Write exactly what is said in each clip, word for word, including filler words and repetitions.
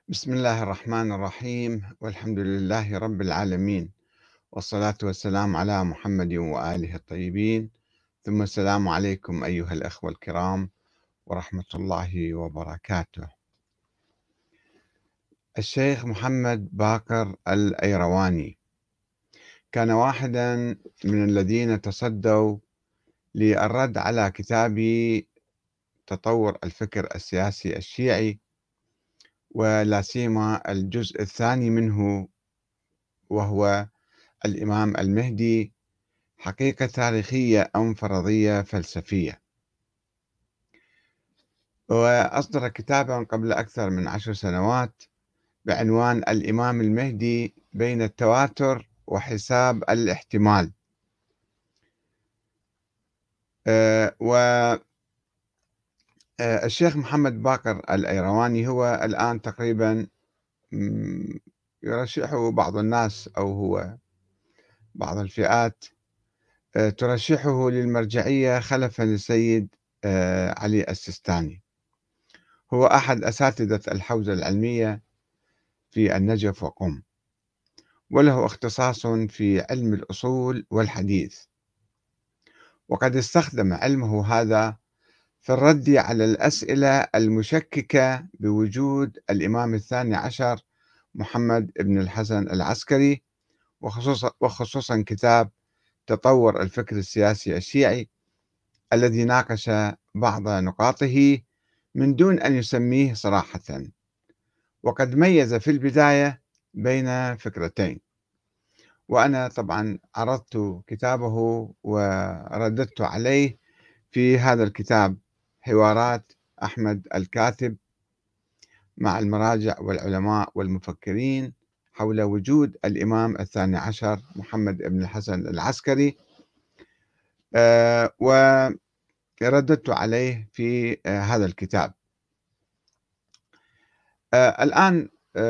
بسم الله الرحمن الرحيم والحمد لله رب العالمين، والصلاة والسلام على محمد وآله الطيبين، ثم السلام عليكم أيها الأخوة الكرام ورحمة الله وبركاته. الشيخ محمد باقر الأيرواني كان واحدا من الذين تصدوا للرد على كتاب تطور الفكر السياسي الشيعي، ولا سيما الجزء الثاني منه، وهو الإمام المهدي حقيقة تاريخية أم فرضية فلسفية. وأصدر كتابا قبل أكثر من عشر سنوات بعنوان الإمام المهدي بين التواتر وحساب الاحتمال. والشيخ محمد باقر الأيرواني هو الآن تقريبا يرشحه بعض الناس، أو هو بعض الفئات ترشحه للمرجعية خلفا للسيد علي السيستاني. هو أحد أساتذة الحوزة العلمية في النجف وقم، وله اختصاص في علم الأصول والحديث، وقد استخدم علمه هذا في الرد على الأسئلة المشككة بوجود الإمام الثاني عشر محمد بن الحسن العسكري، وخصوصا, وخصوصا كتاب تطور الفكر السياسي الشيعي الذي ناقش بعض نقاطه من دون أن يسميه صراحة. وقد ميز في البداية بين فكرتين، وأنا طبعا عرضت كتابه ورددت عليه في هذا الكتاب، حوارات أحمد الكاتب مع المراجع والعلماء والمفكرين حول وجود الإمام الثاني عشر محمد بن الحسن العسكري، ورددت عليه في هذا الكتاب. الآن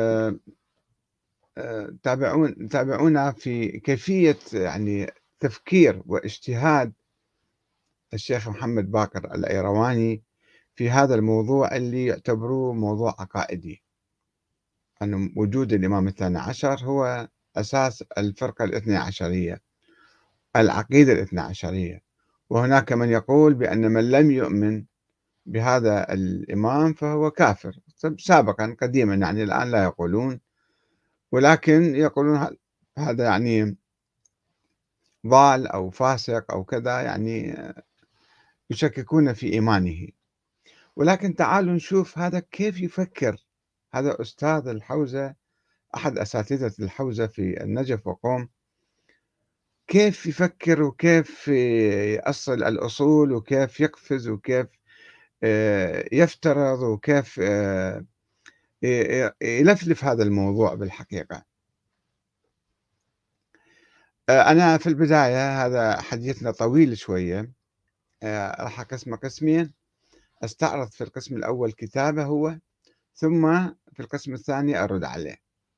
تابعون تابعونا في كيفية يعني تفكير واجتهاد الشيخ محمد باقر الأيرواني في هذا الموضوع اللي يعتبروه موضوع عقائدي، أن وجود الإمام الثاني عشر هو أساس الفرقة الاثنى عشرية، العقيدة الاثنى عشرية. وهناك من يقول بأن من لم يؤمن بهذا الإمام فهو كافر، سابقا قديما، يعني الآن لا يقولون، ولكن يقولون هذا يعني ضال أو فاسق أو كذا، يعني يشككون في إيمانه. ولكن تعالوا نشوف هذا كيف يفكر. هذا أستاذ الحوزة، أحد أساتذة الحوزة في النجف وقوم، كيف يفكر وكيف يأصل الأصول وكيف يقفز وكيف يفترض وكيف يلفلف هذا الموضوع بالحقيقة. أنا في البداية، هذا حديثنا طويل شوية، راح أقسمه قسمين. أستعرض في القسم الأول كتابه هو، ثم في القسم الثاني أرد عليه.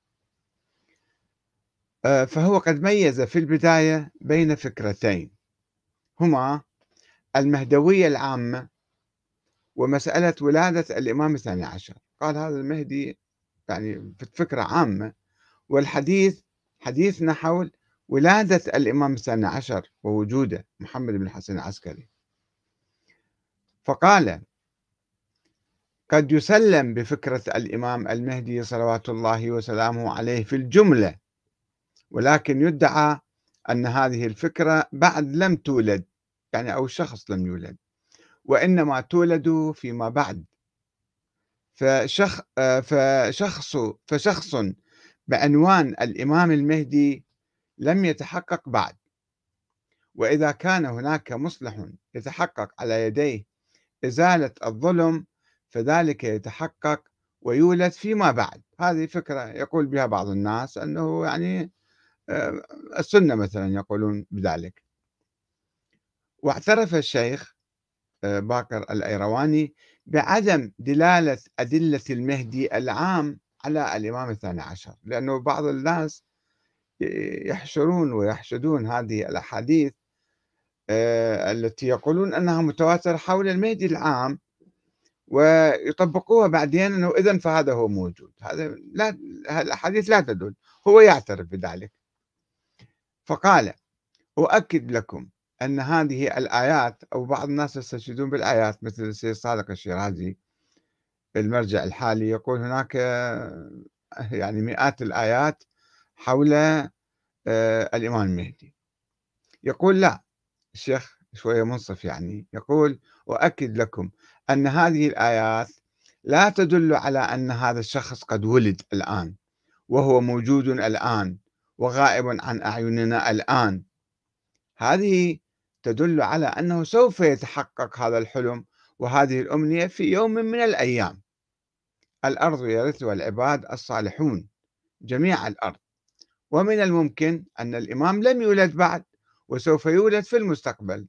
فهو قد ميز في البداية بين فكرتين، هما المهدوية العامة ومسألة ولادة الإمام الثاني عشر. قال هذا المهدي يعني فكرة عامة، والحديث حديثنا حول ولادة الإمام الثاني عشر ووجوده محمد بن الحسن العسكري. فقال: قد يسلم بفكرة الإمام المهدي صلوات الله وسلامه عليه في الجملة، ولكن يدعى أن هذه الفكرة بعد لم تولد، يعني أو الشخص لم يولد، وإنما تولد فيما بعد. فشخ فشخص فشخص بعنوان الإمام المهدي لم يتحقق بعد، وإذا كان هناك مصلح يتحقق على يديه إزالة الظلم فذلك يتحقق ويولد فيما بعد. هذه فكرة يقول بها بعض الناس، أنه يعني السنة مثلا يقولون بذلك. واعترف الشيخ باقر الأيرواني بعدم دلالة أدلة المهدي العام على الإمام الثاني عشر، لأنه بعض الناس يحشرون ويحشدون هذه الأحاديث التي يقولون أنها متواترة حول المهدي العام، ويطبقوها بعدين أنه إذن فهذا هو موجود. هذا لا، الأحاديث لا تدل، هو يعترف بذلك. فقال: أؤكد لكم أن هذه الآيات، أو بعض الناس يستشهدون بالآيات مثل السيد صادق الشيرازي المرجع الحالي، يقول هناك يعني مئات الآيات حول آه، الإمام المهدي. يقول لا، الشيخ شوية منصف يعني، يقول: أؤكد لكم أن هذه الآيات لا تدل على أن هذا الشخص قد ولد الآن وهو موجود الآن وغائب عن أعيننا الآن. هذه تدل على أنه سوف يتحقق هذا الحلم وهذه الأمنية في يوم من الأيام. الأرض يرثها العباد الصالحون، جميع الأرض، ومن الممكن أن الإمام لم يولد بعد وسوف يولد في المستقبل،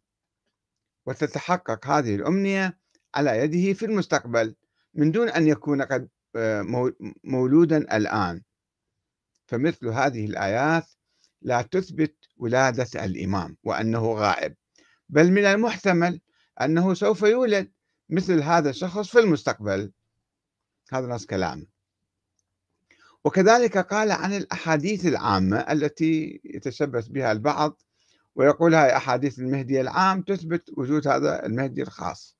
وتتحقق هذه الأمنية على يده في المستقبل من دون أن يكون قد مولودا الآن. فمثل هذه الآيات لا تثبت ولادة الإمام وأنه غائب، بل من المحتمل أنه سوف يولد مثل هذا الشخص في المستقبل. هذا نص كلام. وكذلك قال عن الأحاديث العامة التي يتشبث بها البعض ويقول هاي أحاديث المهدي العام تثبت وجود هذا المهدي الخاص.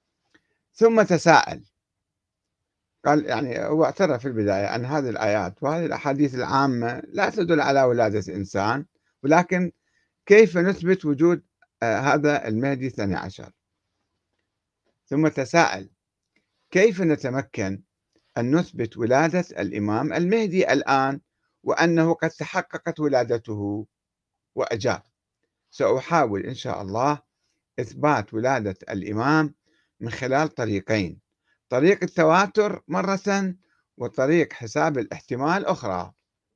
ثم تساءل، قال يعني هو اعترف في البداية أن هذه الآيات وهذه الأحاديث العامة لا تدل على ولادة إنسان، ولكن كيف نثبت وجود آه، هذا المهدي الثاني عشر؟ ثم تساءل: كيف نتمكن أن نثبت ولادة الإمام المهدي الآن وأنه قد تحققت ولادته؟ وأجاب: سأحاول إن شاء الله إثبات ولادة الإمام من خلال طريقين: طريق التواتر مرة، وطريق حساب الاحتمال أخرى.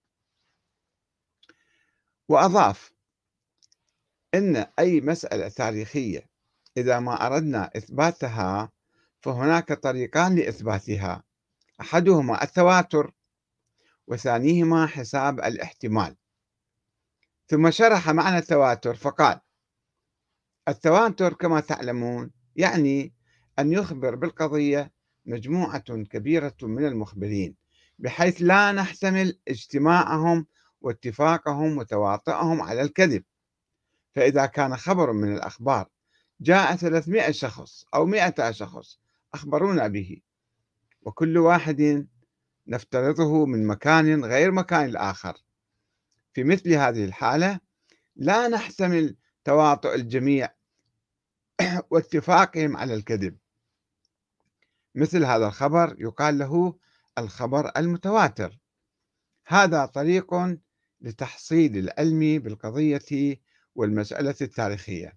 وأضاف إن أي مسألة تاريخية إذا ما أردنا إثباتها فهناك طريقان لإثباتها: أحدهما التواتر، وثانيهما حساب الاحتمال. ثم شرح معنى التواتر فقال: التواتر كما تعلمون يعني أن يخبر بالقضية مجموعة كبيرة من المخبرين بحيث لا نحتمل اجتماعهم واتفاقهم وتواطؤهم على الكذب. فإذا كان خبر من الأخبار جاء ثلاثمائة شخص أو مئة شخص أخبرونا به، وكل واحد نفترضه من مكان غير مكان الآخر، في مثل هذه الحالة لا نحتمل تواطؤ الجميع واتفاقهم على الكذب. مثل هذا الخبر يقال له الخبر المتواتر. هذا طريق لتحصيل العلم بالقضية والمسألة التاريخية.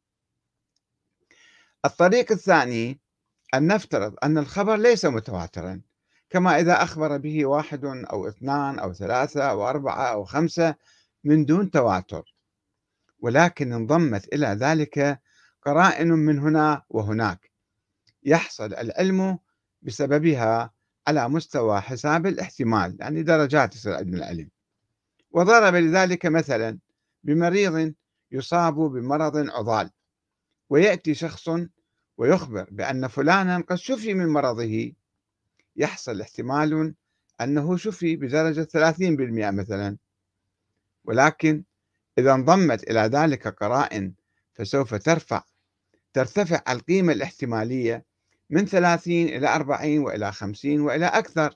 الطريق الثاني أن نفترض أن الخبر ليس متواترا، كما إذا أخبر به واحد أو اثنان أو ثلاثة أو أربعة أو خمسة من دون تواتر، ولكن انضمت إلى ذلك قرائن من هنا وهناك يحصل العلم بسببها على مستوى حساب الاحتمال، يعني درجات يصير عندنا العلم. وضرب لذلك مثلا بمريض يصاب بمرض عضال، ويأتي شخص ويخبر بأن فلانا قد شفي من مرضه، يحصل احتمال أنه شفي بدرجة ثلاثين بالمئة مثلا، ولكن إذا انضمت إلى ذلك قرائن فسوف ترفع ترتفع القيمة الاحتمالية من ثلاثين إلى أربعين وإلى خمسين وإلى أكثر.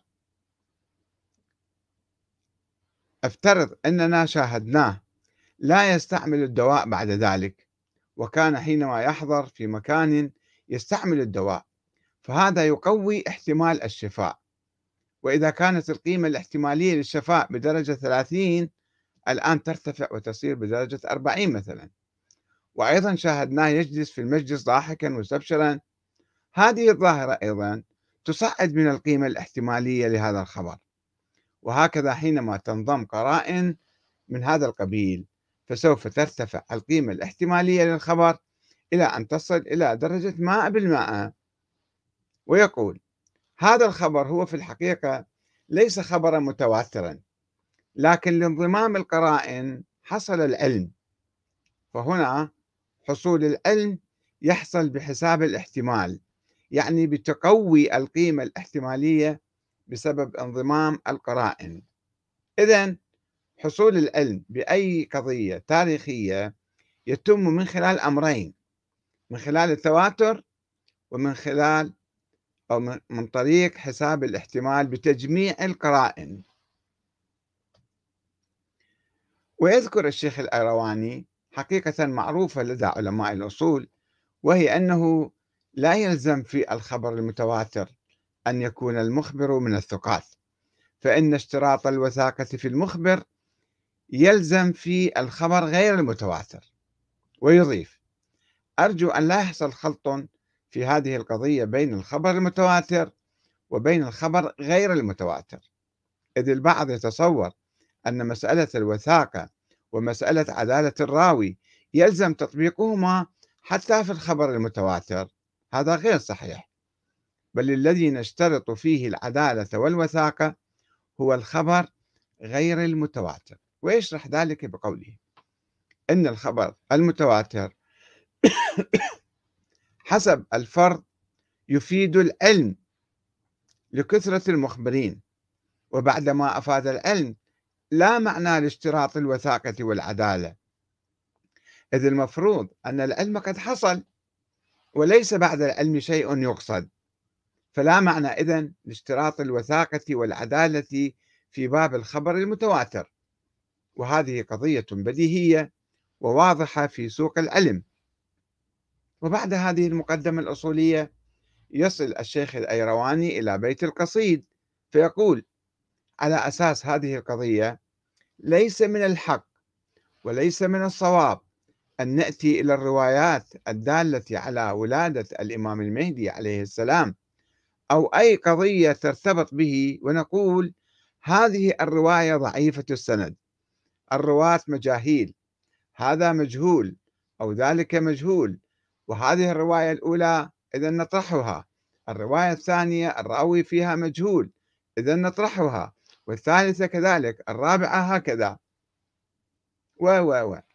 افترض أننا شاهدناه لا يستعمل الدواء بعد ذلك، وكان حينما يحضر في مكان يستعمل الدواء، فهذا يقوي احتمال الشفاء. وإذا كانت القيمة الاحتمالية للشفاء بدرجة ثلاثين، الآن ترتفع وتصير بدرجة أربعين مثلا. وأيضا شاهدناه يجلس في المجلس ضاحكا مستبشرا، هذه الظاهرة أيضا تصعد من القيمة الاحتمالية لهذا الخبر. وهكذا حينما تنضم قرائن من هذا القبيل فسوف ترتفع القيمة الاحتمالية للخبر إلى أن تصل إلى درجة مائة بالمائة. ويقول: هذا الخبر هو في الحقيقة ليس خبرا متواترا، لكن لانضمام القرائن حصل العلم. فهنا حصول العلم يحصل بحساب الاحتمال، يعني بتقوي القيمة الاحتمالية بسبب انضمام القرائن. إذن حصول العلم بأي قضية تاريخية يتم من خلال أمرين: من خلال التواتر، ومن خلال أو من طريق حساب الاحتمال بتجميع القرائن. ويذكر الشيخ الأيرواني حقيقة معروفة لدى علماء الأصول، وهي أنه لا يلزم في الخبر المتواتر أن يكون المخبر من الثقات، فإن اشتراط الوثاقة في المخبر يلزم في الخبر غير المتواتر. ويضيف: أرجو أن لا يحصل خلط في هذه القضية بين الخبر المتواتر وبين الخبر غير المتواتر، إذ البعض يتصور أن مسألة الوثاقة ومسألة عدالة الراوي يلزم تطبيقهما حتى في الخبر المتواتر. هذا غير صحيح، بل الذي نشترط فيه العدالة والوثاقة هو الخبر غير المتواتر. ويشرح ذلك بقوله إن الخبر المتواتر حسب الفرض يفيد العلم لكثرة المخبرين، وبعدما أفاد العلم لا معنى لاشتراط الوثاقة والعدالة، إذ المفروض أن العلم قد حصل وليس بعد العلم شيء يقصد، فلا معنى إذن لاشتراط الوثاقة والعدالة في باب الخبر المتواتر. وهذه قضية بديهية وواضحة في سوق العلم. وبعد هذه المقدمة الأصولية يصل الشيخ الأيرواني إلى بيت القصيد فيقول: على أساس هذه القضية ليس من الحق وليس من الصواب أن نأتي إلى الروايات الدالة على ولادة الإمام المهدي عليه السلام أو أي قضية ترتبط به ونقول هذه الرواية ضعيفة السند، الرواة مجاهيل، هذا مجهول أو ذلك مجهول، وهذه الرواية الأولى إذا نطرحها، الرواية الثانية الراوي فيها مجهول إذا نطرحها، والثالثة كذلك، الرابعة هكذا، و و و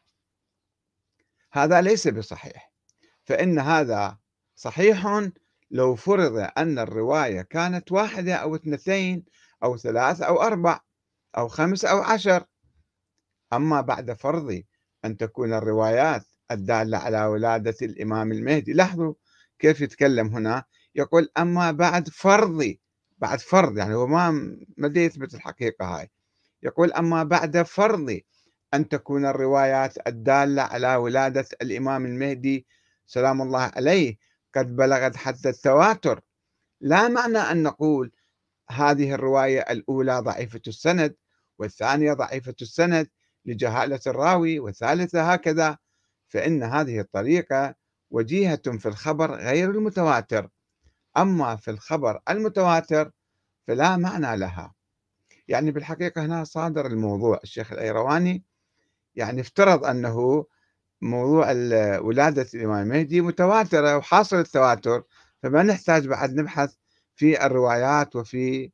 هذا ليس بصحيح. فإن هذا صحيح لو فرض أن الرواية كانت واحدة أو اثنتين أو ثلاث أو أربع أو خمس أو عشر. أما بعد فرض أن تكون الروايات الدالة على ولادة الإمام المهدي، لاحظوا كيف يتكلم هنا، يقول أما بعد فرض، بعد فرض يعني هو ما ما يثبت الحقيقة هاي، يقول أما بعد فرض أن تكون الروايات الدالة على ولادة الإمام المهدي سلام الله عليه قد بلغت حد التواتر، لا معنى أن نقول هذه الرواية الأولى ضعيفة السند والثانية ضعيفة السند لجهالة الراوي والثالثة هكذا، فإن هذه الطريقة وجيهة في الخبر غير المتواتر، أما في الخبر المتواتر فلا معنى لها. يعني بالحقيقة هنا صادر الموضوع. الشيخ الأيرواني يعني افترض أنه موضوع ولادة الإمام المهدي متواترة وحاصل التواتر، فما نحتاج بعد نبحث في الروايات وفي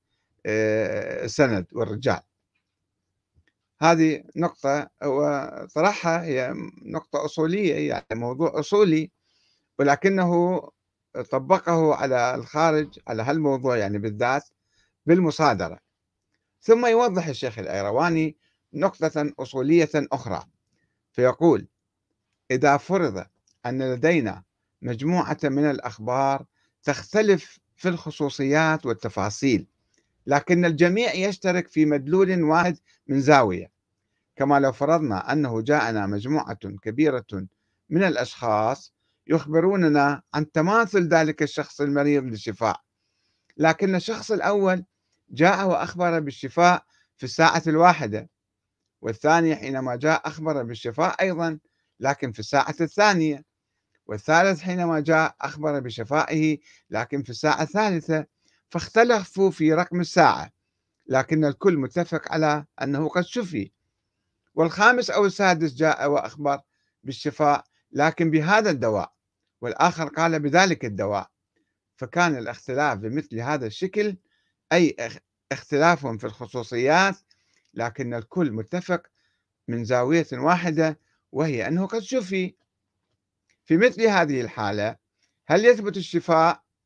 السند والرجال. هذه نقطة وطرحها هي نقطة أصولية، يعني موضوع أصولي، ولكنه طبقه على الخارج على هالموضوع يعني بالذات بالمصادرة. ثم يوضح الشيخ الأيرواني نقطة أصولية أخرى فيقول: إذا فرض أن لدينا مجموعة من الأخبار تختلف في الخصوصيات والتفاصيل، لكن الجميع يشترك في مدلول واحد من زاوية، كما لو فرضنا أنه جاءنا مجموعة كبيرة من الأشخاص يخبروننا عن تماثل ذلك الشخص المريض للشفاء، لكن الشخص الأول جاء وأخبر بالشفاء في الساعة الواحدة، والثاني حينما جاء أخبر بالشفاء أيضا لكن في الساعة الثانية، والثالث حينما جاء أخبر بشفائه لكن في الساعة الثالثة، فاختلفوا في رقم الساعة لكن الكل متفق على أنه قد شفي، والخامس أو السادس جاء وأخبر بالشفاء لكن بهذا الدواء، والآخر قال بذلك الدواء، فكان الاختلاف بمثل هذا الشكل أي اختلاف في الخصوصيات لكن الكل متفق من زاوية واحدة وهي أنه قد شفي. في مثل هذه الحالة هل يثبت الشفاء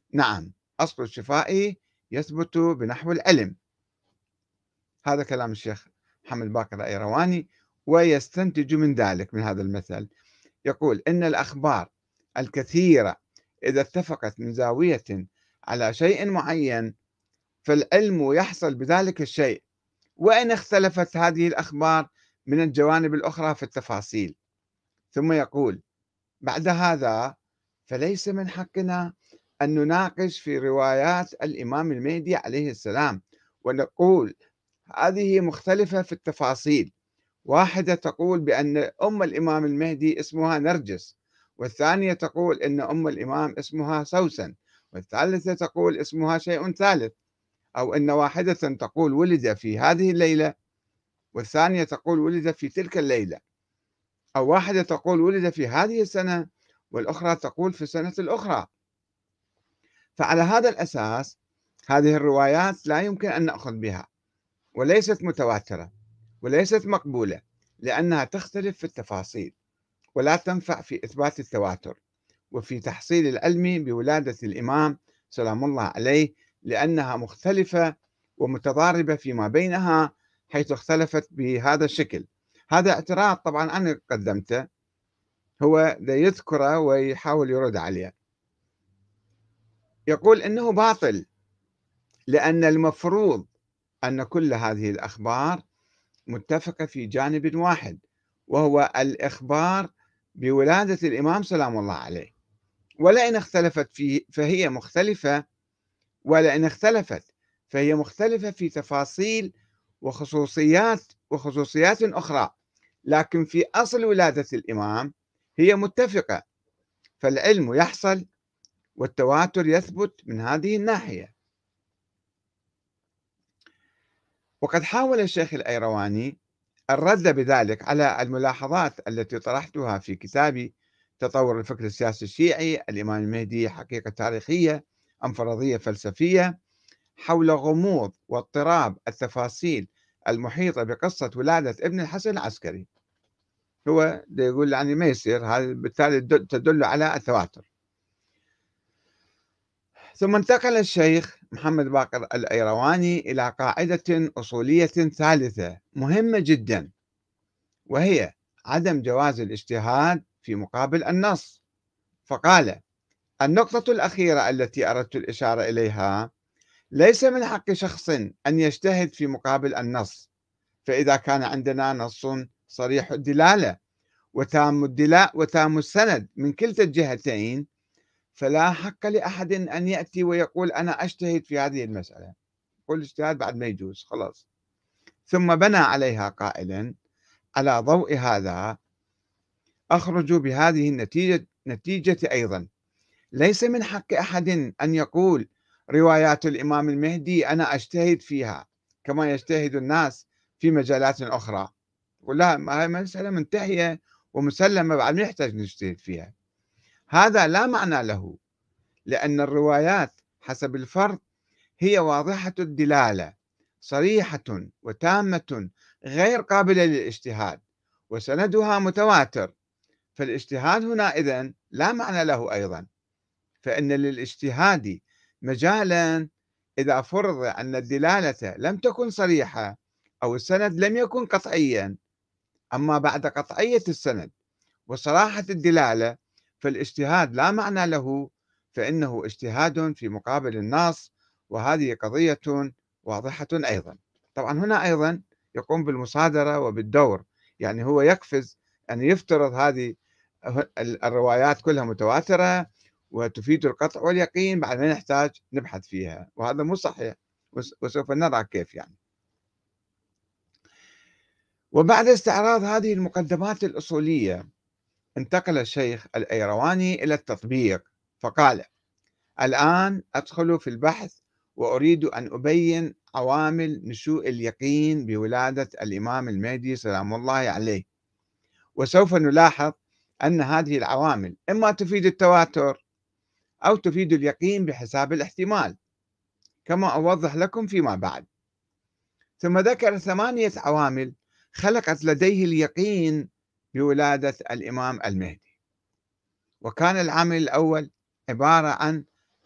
نعم، أصل الشفاء يثبت بنحو العلم. هذا كلام الشيخ محمد باقر الأيرواني. ويستنتج من ذلك، من هذا المثل، يقول إن الأخبار الكثيرة إذا اتفقت من زاوية على شيء معين فالعلم يحصل بذلك الشيء، وإن اختلفت هذه الأخبار من الجوانب الأخرى في التفاصيل. ثم يقول بعد هذا فليس من حقنا أن نناقش في روايات الإمام المهدي عليه السلام ونقول هذه مختلفة في التفاصيل. واحدة تقول بأن أم الإمام المهدي اسمها نرجس، والثانية تقول أن أم الإمام اسمها سوسن، والثالثة تقول اسمها شيء ثالث، أو أن واحدة تقول ولد في هذه الليلة، والثانية تقول ولد في تلك الليلة، أو واحدة تقول ولد في هذه السنة والأخرى تقول في السنة الأخرى. فعلى هذا الأساس هذه الروايات لا يمكن أن نأخذ بها، وليست متواترة وليست مقبولة، لأنها تختلف في التفاصيل ولا تنفع في إثبات التواتر وفي تحصيل العلم بولادة الإمام سلام الله عليه، لأنها مختلفة ومتضاربة فيما بينها حيث اختلفت بهذا الشكل. هذا اعتراض طبعا أنا قدمته، هو يذكره ويحاول يرد عليه. يقول إنه باطل، لأن المفروض أن كل هذه الأخبار متفقة في جانب واحد، وهو الإخبار بولادة الإمام سلام الله عليه، ولئن اختلفت فيه فهي مختلفة ولئن اختلفت فهي مختلفة في تفاصيل وخصوصيات وخصوصيات أخرى، لكن في أصل ولادة الإمام هي متفقة، فالعلم يحصل والتواتر يثبت من هذه الناحية. وقد حاول الشيخ الأيرواني الرد بذلك على الملاحظات التي طرحتها في كتابي تطور الفكر السياسي الشيعي، الإمام المهدي حقيقة تاريخية أم فرضية فلسفية، حول غموض واضطراب التفاصيل المحيطة بقصة ولادة ابن الحسن العسكري. هو يقول يعني ما يصير، هذا بالتالي تدل على التواتر. ثم انتقل الشيخ محمد باقر الأيرواني إلى قاعدة أصولية ثالثة مهمة جدا، وهي عدم جواز الاجتهاد في مقابل النص. فقال: النقطة الأخيرة التي أردت الإشارة إليها ليس من حق شخص أن يجتهد في مقابل النص، فإذا كان عندنا نص صريح الدلالة وتام الدلاء وتام السند من كلتا الجهتين فلا حق لأحد أن يأتي ويقول أنا أجتهد في هذه المسألة. يقول الاجتهاد بعد ما يجوز خلاص. ثم بنى عليها قائلا: على ضوء هذا أخرج بهذه النتيجة نتيجة أيضا: ليس من حق أحد أن يقول روايات الإمام المهدي أنا أجتهد فيها كما يجتهد الناس في مجالات أخرى. ولا هاي مسألة منتهية ومسلمة، بعد ما يحتاج نجتهد فيها. هذا لا معنى له، لأن الروايات حسب الفرد هي واضحة الدلالة صريحة وتامة غير قابلة للاجتهاد، وسندها متواتر، فالاجتهاد هنا إذن لا معنى له أيضا، فإن للاجتهاد مجالا إذا فرض أن الدلالة لم تكن صريحة أو السند لم يكن قطعيا. أما بعد قطعية السند وصراحة الدلالة فالاجتهاد لا معنى له، فإنه اجتهاد في مقابل النص، وهذه قضية واضحة أيضا. طبعا هنا أيضا يقوم بالمصادرة وبالدور، يعني هو يقفز أن يفترض هذه الروايات كلها متواترة وتفيد القطع واليقين، بعد ما نحتاج نبحث فيها، وهذا مو صحيح، وسوف نرى كيف يعني. وبعد استعراض هذه المقدمات الأصولية انتقل الشيخ الأيرواني إلى التطبيق، فقال: الآن أدخل في البحث وأريد أن أبين عوامل نشوء اليقين بولادة الإمام المهدي سلام الله عليه، وسوف نلاحظ أن هذه العوامل إما تفيد التواتر أو تفيد اليقين بحساب الاحتمال، كما أوضح لكم فيما بعد. ثم ذكر ثمانية عوامل خلقت لديه اليقين بولادة الإمام المهدي. وكان العامل الأول عبارة عن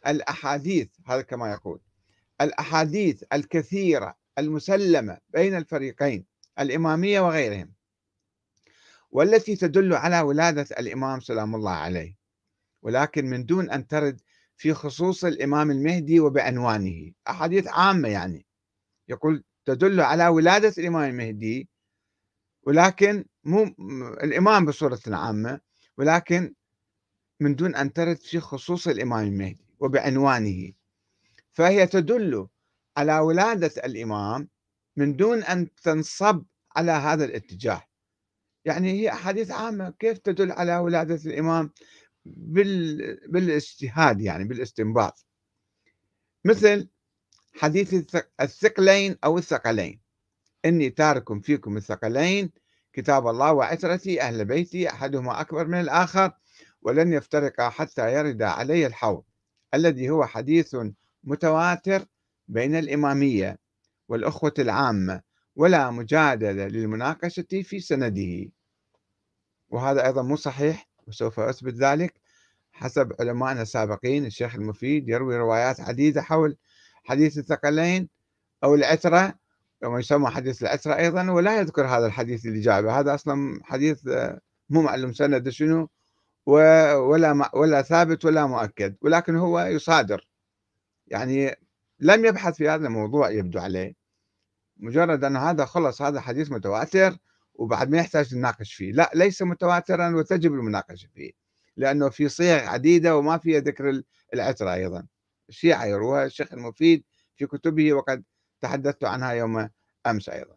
الأحاديث، هذا كما يقول، الأحاديث الكثيرة المسلمة بين الفريقين الإمامية وغيرهم، والتي تدل على ولادة الإمام سلام الله عليه، ولكن من دون أن ترد في خصوص الإمام المهدي وبعنوانه. أحاديث عامة يعني، يقول تدل على ولادة الإمام المهدي، ولكن مو الإمام بصورة عامة، ولكن من دون أن ترد في خصوص الإمام المهدي وبعنوانه، فهي تدل على ولادة الإمام من دون أن تنصب على هذا الاتجاه. يعني هي أحاديث عامة، كيف تدل على ولادة الإمام بال... بالاجتهاد، يعني بالاستنباط، مثل حديث الث- الثقلين أو الثقلين: إني تارك فيكم الثقلين كتاب الله وعترتي أهل بيتي أحدهما أكبر من الآخر ولن يفترقا حتى يرد علي الحوض، الذي هو حديث متواتر بين الإمامية والأخوة العامة، ولا مجادلة للمناقشة في سنده. وهذا أيضا مو صحيح، وسوف أثبت ذلك. حسب علمائنا السابقين الشيخ المفيد يروي روايات عديدة حول حديث الثقلين أو العترة، وما يسمى حديث العترة أيضا، ولا يذكر هذا الحديث اللي جابه. هذا أصلا حديث آه، مو معلوم سند شنو، و- ولا م- ولا ثابت ولا مؤكد، ولكن هو يصادر، يعني لم يبحث في هذا الموضوع يبدو عليه، مجرد أن هذا خلص هذا حديث متواتر وبعد ما يحتاج نناقش فيه. لا، ليس متواترا وتجب المناقشة فيه، لأنه في صيغ عديدة وما فيها ذكر ال- العترة أيضا. الشيعة يروها الشيخ المفيد في كتبه، وقد تحدثت عنها يوم أمس أيضا.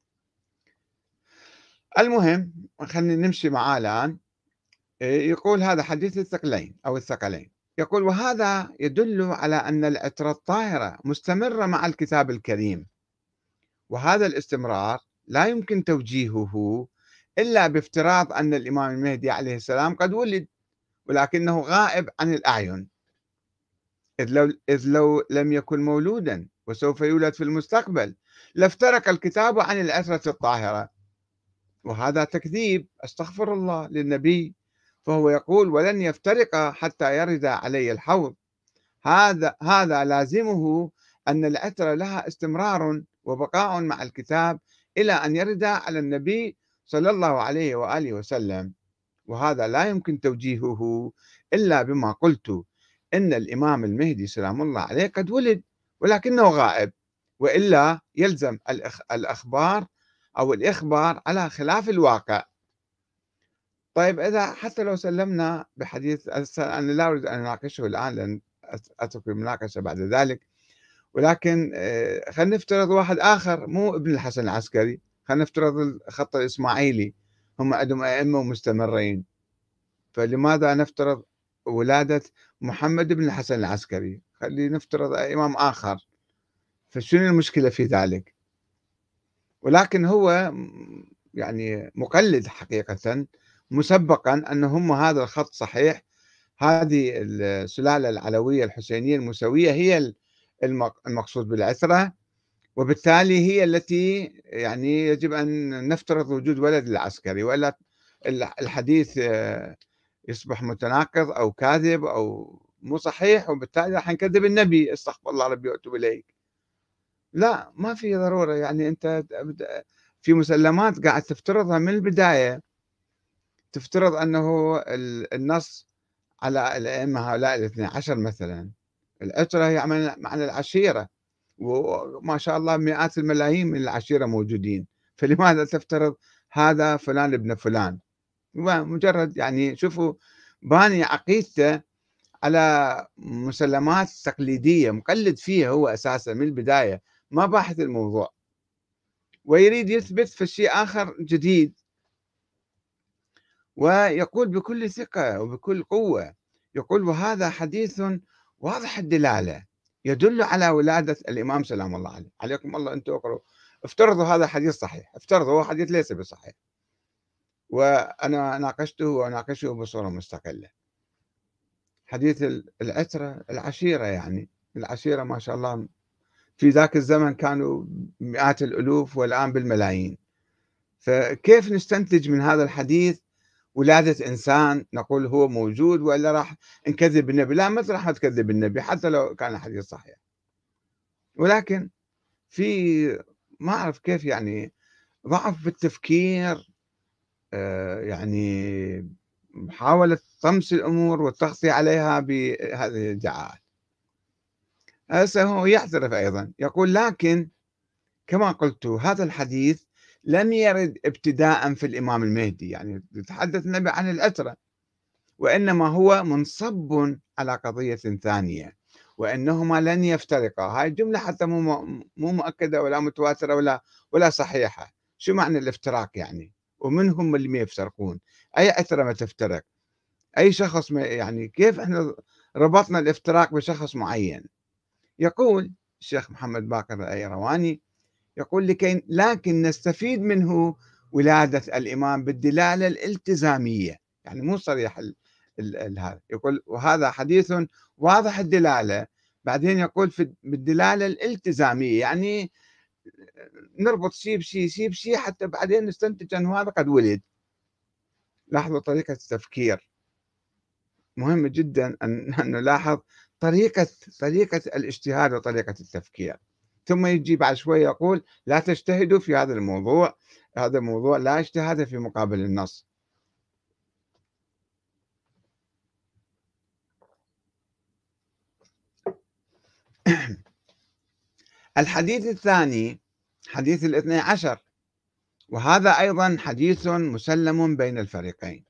المهم خلينا نمشي معاه الآن. إيه، يقول هذا حديث الثقلين أو الثقلين، يقول وهذا يدل على أن العترة الطاهرة مستمرة مع الكتاب الكريم، وهذا الاستمرار لا يمكن توجيهه إلا بافتراض أن الإمام المهدي عليه السلام قد ولد ولكنه غائب عن الأعين، إذ لو, إذ لو لم يكن مولودا وسوف يولد في المستقبل لافترق الكتاب عن العترة الطاهرة، وهذا تكذيب استغفر الله للنبي. فهو يقول ولن يفترق حتى يرد علي الحوض، هذا هذا لازمه أن العترة لها استمرار وبقاء مع الكتاب إلى أن يرد على النبي صلى الله عليه وآله وسلم، وهذا لا يمكن توجيهه إلا بما قلت، إن الإمام المهدي سلام الله عليه قد ولد ولكنه غائب، وإلا يلزم الإخ الأخبار أو الإخبار على خلاف الواقع. طيب إذا حتى لو سلمنا بحديث، أنا لا أريد أن أناقشه الآن لأن أترك المناقشة بعد ذلك، ولكن آه، خلينا نفترض واحد آخر مو ابن الحسن العسكري، خلينا نفترض الخط الإسماعيلي، هم عندهم أئمة مستمرين، فلماذا نفترض ولادة محمد بن الحسن العسكري؟ خلينا نفترض إمام آخر، فشنو المشكلة في ذلك؟ ولكن هو يعني مقلد حقيقة، مسبقا أن هم هذا الخط صحيح، هذه السلالة العلوية الحسينية الموسوية هي المقصود بالعترة، وبالتالي هي التي يعني يجب أن نفترض وجود ولد العسكري، وإلا الحديث يصبح متناقض أو كاذب أو مو صحيح، وبالتالي راح نكذب النبي استغفر الله ربي وأتوب إليك. لا، ما في ضرورة، يعني أنت في مسلمات قاعد تفترضها من البداية، تفترض أنه النص على الأئمة هؤلاء الاثني عشر مثلا، الأسرة هي معنى العشيرة، وما شاء الله مئات الملايين من العشيرة موجودين، فلماذا تفترض هذا فلان ابن فلان؟ مجرد يعني شوفوا باني عقيدته على مسلمات تقليدية، مقلد فيها هو أساسا من البداية، ما باحث الموضوع، ويريد يثبت في شيء آخر جديد. ويقول بكل ثقة وبكل قوة، يقول وهذا حديث واضح الدلالة يدل على ولادة الإمام سلام الله عليه. عليكم الله أنتم اقرأوا، افترضوا هذا حديث صحيح، افترضوا هو حديث ليس بصحيح، وأنا ناقشته وناقشه بصورة مستقلة. حديث العترة العشيرة، يعني العشيرة ما شاء الله في ذاك الزمن كانوا مئات الألوف والآن بالملايين، فكيف نستنتج من هذا الحديث ولادة إنسان نقول هو موجود، وإلا راح نكذب النبي. لا، ما راح تكذب النبي حتى لو كان الحديث صحيح. ولكن في، ما أعرف كيف يعني، ضعف بالتفكير، آآ يعني محاولة طمس الأمور والتغطية عليها بهذه الادعاءات. هسه هو يعترف أيضًا، يقول: لكن كما قلت هذا الحديث لم يرد ابتداءً في الإمام المهدي، يعني يتحدث النبي عن الأترة، وإنما هو منصب على قضية ثانية، وإنهما لن يفترقا. هاي الجملة حتى مو مو مؤكدة ولا متواترة ولا ولا صحيحة. شو معنى الافتراق يعني؟ ومن هم اللي ما يفترقون؟ أي أترة ما تفترق؟ أي شخص ما يعني، كيف إحنا ربطنا الافتراق بشخص معين؟ يقول الشيخ محمد باقر الأيرواني، يقول: لكي لكن نستفيد منه ولادة الإمام بالدلالة الالتزامية، يعني مو صريح ال ال ال هذا. يقول: وهذا حديث واضح الدلالة. بعدين يقول في بالدلالة الالتزامية، يعني نربط شيء بشيء، شيء بشيء، حتى بعدين نستنتج أنه هذا قد ولد. لاحظوا طريقة التفكير، مهم جدا أن أن نلاحظ طريقة طريقة الاجتهاد وطريقة التفكير. ثم يجي بعد شوي يقول: لا تجتهدوا في هذا الموضوع، هذا الموضوع لا اجتهاد في مقابل النص. الحديث الثاني حديث الاثني عشر، وهذا أيضا حديث مسلم بين الفريقين.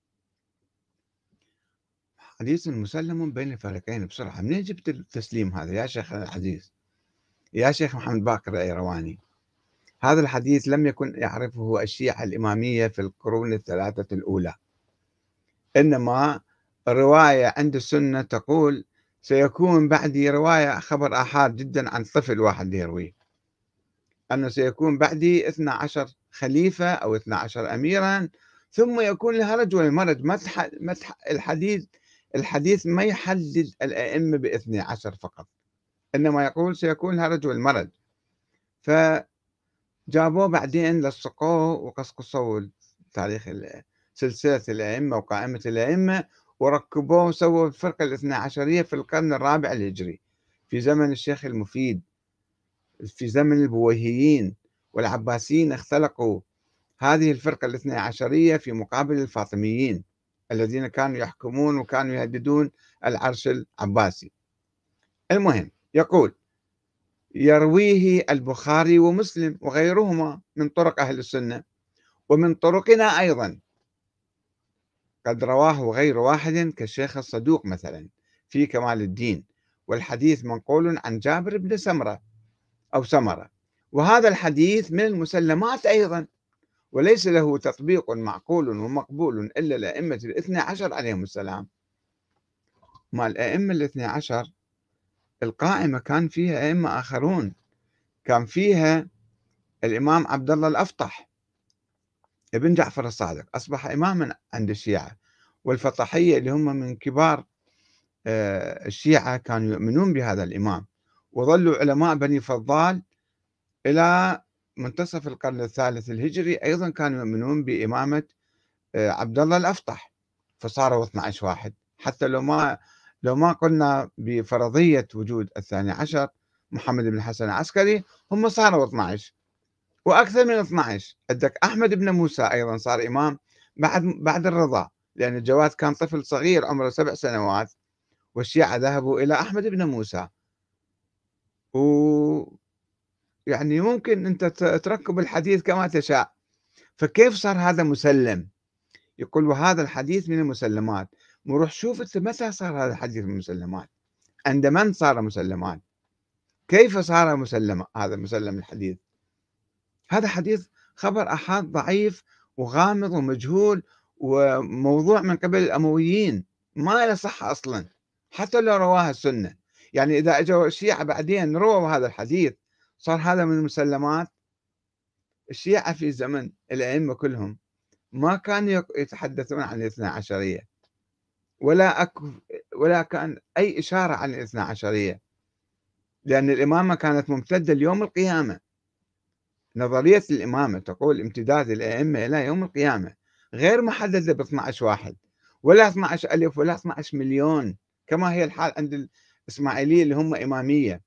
حديث مسلم بين الفريقين، بسرعة منين جبت التسليم هذا يا شيخ الحديث، يا شيخ محمد باقر الأيرواني؟ هذا الحديث لم يكن يعرفه الشيعة الإمامية في القرون الثلاثة الأولى، إنما الرواية عند السنة تقول: سيكون بعدي رواية خبر آحاد جدا عن طفل واحد يروي أنه سيكون بعدي اثنا عشر خليفة أو اثنا عشر أميرا، ثم يكون الهرج والمرج. ما ما الحديث الحديث ما يحدد الأئمة باثني عشر فقط، إنما يقول سيكون الهرج والمرج. فجابوه بعدين لصقوه وقصقصوه تاريخ سلسلة الأئمة وقائمة الأئمة، وركبوه وسووا الفرقة الاثنى عشرية في القرن الرابع الهجري، في زمن الشيخ المفيد، في زمن البويهيين والعباسيين. اختلقوا هذه الفرقة الاثنى عشرية في مقابل الفاطميين الذين كانوا يحكمون وكانوا يهددون العرش العباسي. المهم، يقول: يرويه البخاري ومسلم وغيرهما من طرق أهل السنة، ومن طرقنا أيضا قد رواه غير واحد كالشيخ الصدوق مثلا في كمال الدين، والحديث منقول عن جابر بن سمرة أو سمرة، وهذا الحديث من المسلمات أيضا، وليس له تطبيق معقول ومقبول إلا الأئمة الاثنى عشر عليهم السلام. ما الأئمة الاثنى عشر القائمة كان فيها أئمة آخرون، كان فيها الإمام عبد الله الأفطح ابن جعفر الصادق، أصبح إماما عند الشيعة، والفطحية اللي هم من كبار الشيعة كانوا يؤمنون بهذا الإمام، وظلوا علماء بني فضال إلى منتصف القرن الثالث الهجري أيضا كانوا يؤمنون بإمامة عبد الله الأفطح، فصاروا اثنا عشر واحد. حتى لو ما لو ما قلنا بفرضية وجود الثاني عشر محمد بن الحسن العسكري، هم صاروا اثنا عشر وأكثر من اثنا عشر. عندك أحمد بن موسى أيضا صار إمام بعد بعد الرضا، لأن الجواد كان طفل صغير عمره سبع سنوات، والشيعة ذهبوا إلى أحمد بن موسى. و يعني ممكن أنت تركب الحديث كما تشاء، فكيف صار هذا مسلم؟ يقول: وهذا الحديث من المسلمات. نروح شوف أنت متى صار هذا الحديث من المسلمات، عند من صار مسلمات، كيف صار مسلم هذا مسلم الحديث. هذا حديث خبر أحاد ضعيف وغامض ومجهول وموضوع من قبل الأمويين، ما له صحة أصلا حتى لو رواها السنة. يعني إذا أجوا الشيعة بعدين رووا هذا الحديث، صار هذا من المسلمات. الشيعة في زمن الأئمة كلهم ما كانوا يتحدثون عن الاثنى عشرية، ولا أكو ولا كان أي إشارة عن الاثنى عشرية، لأن الإمامة كانت ممتدة ليوم القيامة. نظرية الإمامة تقول امتداد الأئمة إلى يوم القيامة، غير محددة ب اثني عشر واحد ولا اثني عشر ألف ولا اثني عشر مليون كما هي الحال عند الإسماعيلية اللي هم إمامية.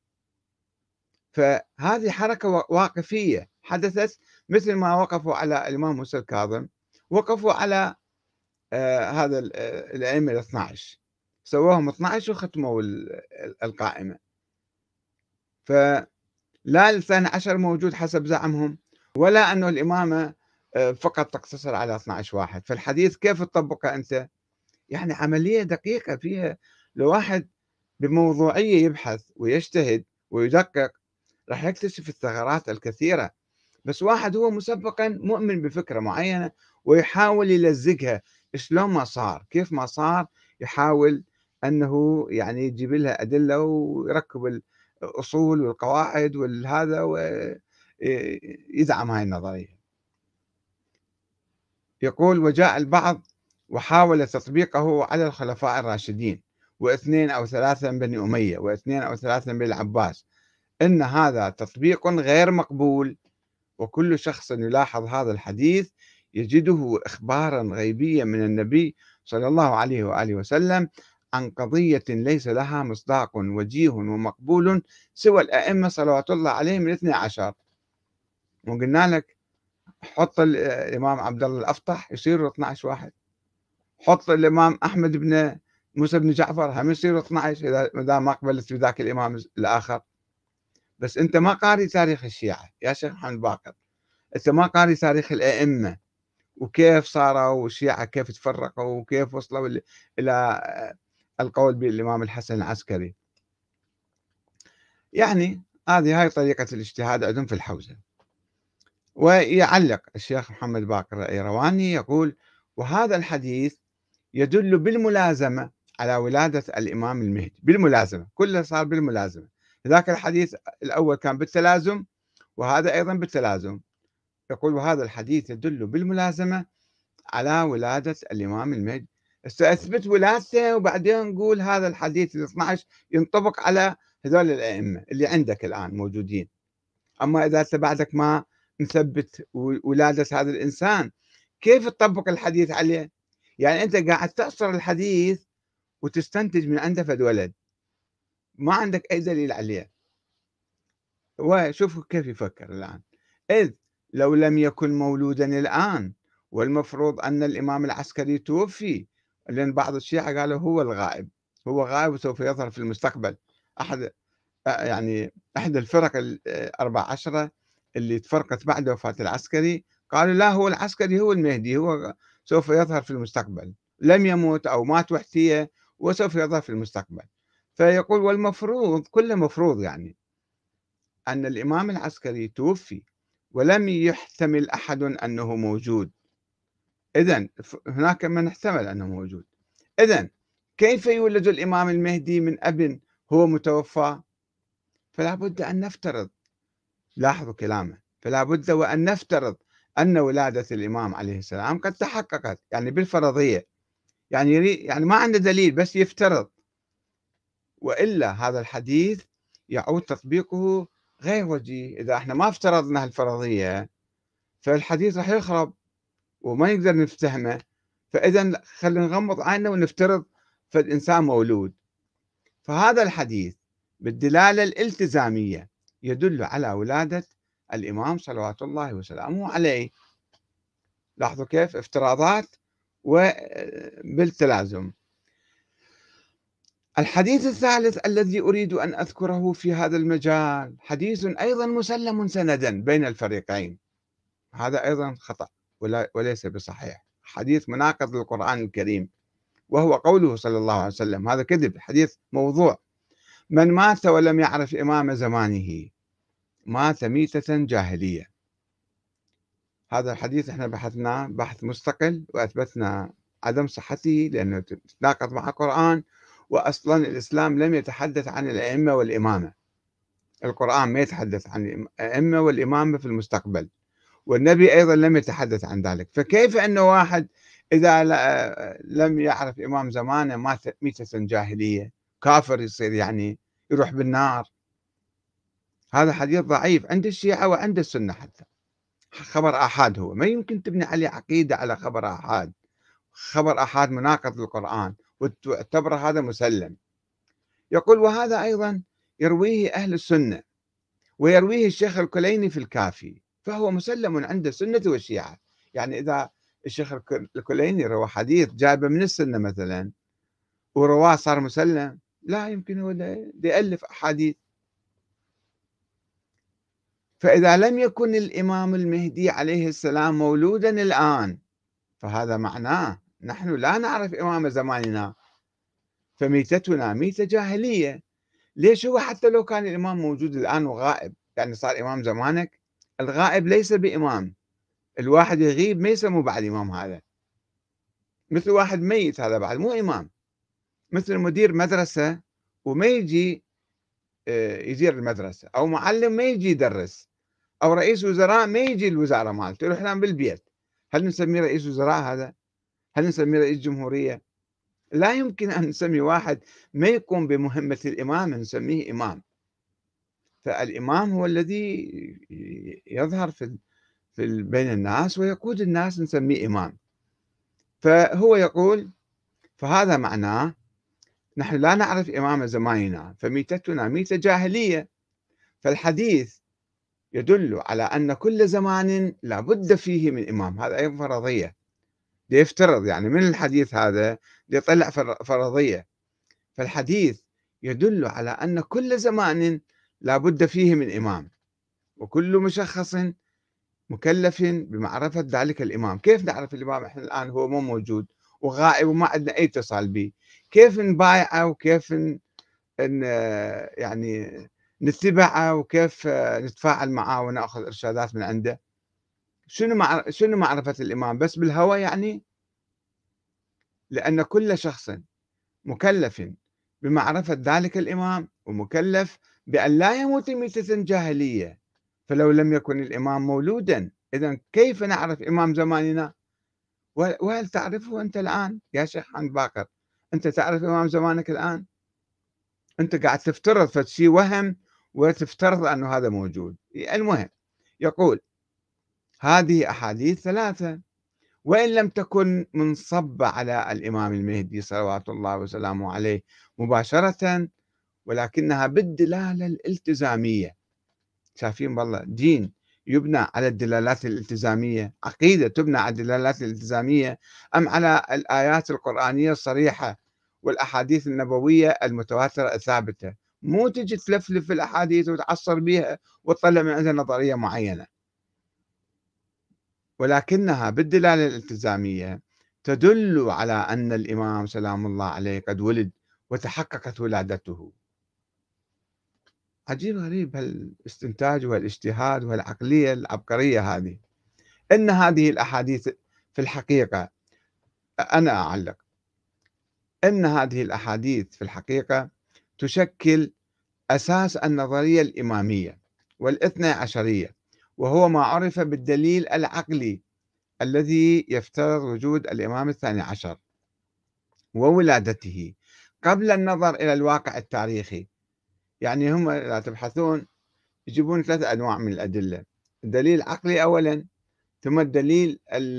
فهذه حركة واقفية حدثت، مثل ما وقفوا على الإمام موسى الكاظم وقفوا على آه هذا آه، الأئمة الاثنى عشر، سووهم اثني عشر وختموا القائمة. فلا الاثنى عشر موجود حسب زعمهم، ولا أنه الإمامة آه، فقط تقتصر على اثني عشر واحد. فالحديث كيف تطبقه أنت؟ يعني عملية دقيقة فيها، لو واحد بموضوعية يبحث ويجتهد ويدقق راح يكتشف الثغرات الكثيرة. بس واحد هو مسبقا مؤمن بفكرة معينة ويحاول يلزقها، شلون ما صار كيف ما صار يحاول أنه يعني يجيب لها أدلة ويركب الأصول والقواعد والهذا ويدعم هاي النظرية. يقول: وجاء البعض وحاول تطبيقه على الخلفاء الراشدين واثنين أو ثلاثة من بني أمية واثنين أو ثلاثة من بني العباس، إن هذا تطبيق غير مقبول، وكل شخص يلاحظ هذا الحديث يجده إخبارا غيبيا من النبي صلى الله عليه وآله وسلم عن قضية ليس لها مصداق وجيه ومقبول سوى الأئمة صلوات الله عليهم الاثنى عشر. وقلنا لك حط الإمام عبد الله الأفطح يصيروا اثني عشر واحد، حط الإمام أحمد بن موسى بن جعفر هم يصيروا اثني عشر إذا إذا ما قبلت بذاك الإمام الآخر. بس أنت ما قاري تاريخ الشيعة يا شيخ محمد باقر، أنت ما قاري تاريخ الأئمة وكيف صاروا والشيعة كيف تفرقوا وكيف وصلوا إلى القول بالإمام الحسن العسكري. يعني هذه هاي طريقة الاجتهاد عندهم في الحوزة. ويعلق الشيخ محمد باقر الأيرواني يقول: وهذا الحديث يدل بالملازمة على ولادة الإمام المهدي، بالملازمة، كله صار بالملازمة. ذاك الحديث الأول كان بالتلازم وهذا أيضا بالتلازم. يقول: وهذا الحديث يدل بالملازمة على ولادة الإمام المهدي. استثبت ولادته وبعدين نقول هذا الحديث ال اثني عشر ينطبق على هذول الأئمة اللي عندك الآن موجودين. أما إذا أنت بعدك ما مثبت ولادة هذا الإنسان كيف تطبق الحديث عليه؟ يعني أنت قاعد تأصر الحديث وتستنتج من عنده فد ولد ما عندك أي دليل عليه. وشوفوا كيف يفكر الآن: إذ لو لم يكن مولودا الآن والمفروض أن الإمام العسكري توفي، لأن بعض الشيعة قالوا هو الغائب، هو غائب وسوف يظهر في المستقبل. أحد يعني أحد الفرق الأربع عشرة اللي تفرقت بعد وفاة العسكري قالوا لا، هو العسكري هو المهدي، هو سوف يظهر في المستقبل، لم يموت أو مات وحدية وسوف يظهر في المستقبل. فيقول: والمفروض، كل مفروض يعني أن الإمام العسكري توفي ولم يحتمل أحد أنه موجود، إذن هناك من احتمل أنه موجود، إذن كيف يولد الإمام المهدي من أب هو متوفى؟ فلا بد أن نفترض، لاحظوا كلامه، فلا بد وأن نفترض أن ولادة الإمام عليه السلام قد تحققت، يعني بالفرضية، يعني يريد يعني ما عنده دليل بس يفترض، وإلا هذا الحديث يعود تطبيقه غير وجيه. إذا احنا ما افترضنا هالفرضية فالحديث راح يخرب وما نقدر نفتهمه. فإذا خلينا نغمض عيننا ونفترض فالإنسان مولود. فهذا الحديث بالدلالة الالتزامية يدل على ولادة الإمام صلوات الله وسلامه عليه. لاحظوا كيف افتراضات وبالتلازم. الحديث الثالث الذي أريد أن أذكره في هذا المجال حديث أيضا مسلم سندا بين الفريقين، هذا أيضا خطأ وليس بصحيح، حديث مناقض للقرآن الكريم، وهو قوله صلى الله عليه وسلم، هذا كذب، حديث موضوع: من مات ولم يعرف إمام زمانه مات ميتة جاهلية. هذا الحديث احنا بحثناه بحث مستقل وأثبتنا عدم صحته لأنه تتناقض مع القرآن، وأصلا الإسلام لم يتحدث عن الأئمة والإمامة، القرآن ما يتحدث عن الأئمة والإمامة في المستقبل، والنبي أيضا لم يتحدث عن ذلك. فكيف أنه واحد إذا لم يعرف إمام زمانه مات ميتة جاهلية كافر يصير، يعني يروح بالنار؟ هذا حديث ضعيف عند الشيعة وعند السنة حتى. خبر آحاد هو، ما يمكن تبني عليه عقيدة على خبر آحاد، خبر آحاد مناقض للقرآن وتعتبر هذا مسلم. يقول وهذا أيضا يرويه أهل السنة ويرويه الشيخ الكليني في الكافي، فهو مسلم عند السنة والشيعة. يعني إذا الشيخ الكليني روى حديث جايبه من السنة مثلا ورواه صار مسلم، لا يمكن هو يألف أحاديث. فإذا لم يكن الإمام المهدي عليه السلام مولودا الآن، فهذا معناه نحن لا نعرف إمام زماننا، فميتتنا ميتة جاهلية. ليش؟ هو حتى لو كان الإمام موجود الآن وغائب، يعني صار إمام زمانك، الغائب ليس بإمام. الواحد يغيب ما يسموه بعد إمام، هذا مثل واحد ميت، هذا بعد مو إمام. مثل مدير مدرسة وما يجي آه، يدير المدرسة، أو معلم ما يجي يدرس، أو رئيس وزراء ما يجي الوزارة مالته يروح ينام بالبيت، هل نسميه رئيس وزراء هذا؟ هل نسميه رئيس جمهورية؟ لا يمكن أن نسمي واحد ما يقوم بمهمة الإمام نسميه إمام. فالإمام هو الذي يظهر في في بين الناس ويقود الناس، نسميه إمام. فهو يقول فهذا معناه نحن لا نعرف إمام زماننا، فميتتنا ميتة جاهلية. فالحديث يدل على أن كل زمان لابد فيه من إمام، هذا أيضا فرضية يفترض، يعني من الحديث هذا يطلع فرضية. فالحديث يدل على أن كل زمان لابد فيه من إمام، وكل مشخص مكلف بمعرفة ذلك الإمام. كيف نعرف الإمام إحنا الآن هو مو موجود وغائب وما عندنا أي اتصال به؟ كيف نبايعه وكيف ن... ن... يعني نتبعه وكيف نتفاعل معه ونأخذ إرشادات من عنده؟ شنو مع... شنو معرفة الإمام؟ بس بالهوى يعني؟ لأن كل شخص مكلف بمعرفة ذلك الإمام ومكلف بأن لا يموت ميتة جاهلية. فلو لم يكن الإمام مولودا، إذن كيف نعرف إمام زماننا؟ وهل تعرفه أنت الآن يا شيخ حمد باقر؟ أنت تعرف إمام زمانك الآن؟ أنت قاعد تفترض فشي وهم وتفترض أنه هذا موجود. المهم يقول هذه أحاديث ثلاثة، وإن لم تكن منصبة على الإمام المهدي صلوات الله وسلامه عليه مباشرة، ولكنها بالدلالة الالتزامية. شايفين والله دين يبنى على الدلالات الالتزامية، عقيدة تبنى على الدلالات الالتزامية، أم على الآيات القرآنية الصريحة والأحاديث النبوية المتواترة الثابتة؟ مو تجي تلفلف في الأحاديث وتعصر بها وتطلع من عندها نظرية معينة. ولكنها بالدلالة الالتزامية تدل على أن الإمام سلام الله عليه قد ولد وتحققت ولادته. عجيب غريب هالاستنتاج والاجتهاد والعقلية العبقرية هذه. إن هذه الأحاديث في الحقيقة، أنا أعلق أن هذه الأحاديث في الحقيقة تشكل أساس النظرية الإمامية والاثنى عشرية، وهو ما عرف بالدليل العقلي الذي يفترض وجود الإمام الثاني عشر وولادته قبل النظر إلى الواقع التاريخي. يعني هم إذا تبحثون يجيبون ثلاث أنواع من الأدلة: الدليل العقلي أولا، ثم الدليل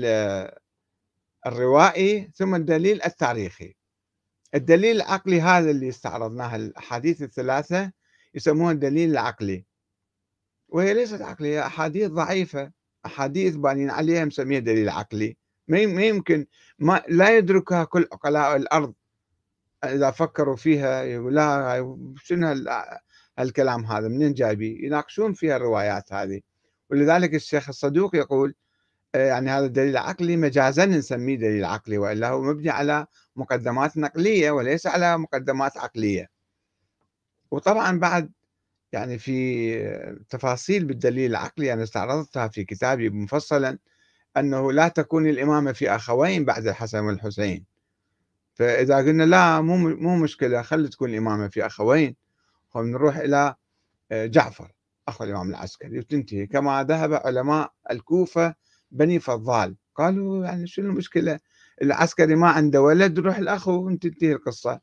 الروائي، ثم الدليل التاريخي. الدليل العقلي هذا اللي استعرضناه الأحاديث الثلاثة يسموه الدليل العقلي، وهي ليست عقلية، أحاديث ضعيفة، أحاديث بانين عليها مسميها دليل عقلي. ما يمكن، ما لا يدركها كل عقلاء الأرض. إذا فكروا فيها يقول لا شنو هالكلام هذا منين جايبي، يناقشون فيها الروايات هذه. ولذلك الشيخ الصدوق يقول يعني هذا الدليل العقلي مجازا نسميه دليل عقلي، وإلا هو مبني على مقدمات نقلية وليس على مقدمات عقلية. وطبعا بعد يعني في تفاصيل بالدليل العقلي أنا استعرضتها في كتابي مفصلا، أنه لا تكون الإمامة في أخوين بعد الحسن والحسين. فإذا قلنا لا مو مو مشكلة، خلي تكون الإمامة في أخوين، نروح إلى جعفر أخو الإمام العسكري وتنتهي، كما ذهب علماء الكوفة بني فضال، قالوا يعني شنو المشكلة، العسكري ما عنده ولد روح الأخو وتنتهي القصة.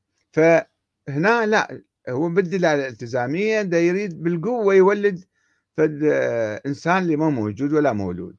فهنا لا، هو بالدلالة الالتزامية دا يريد بالقوة يولد فالإنسان اللي ما موجود ولا مولود.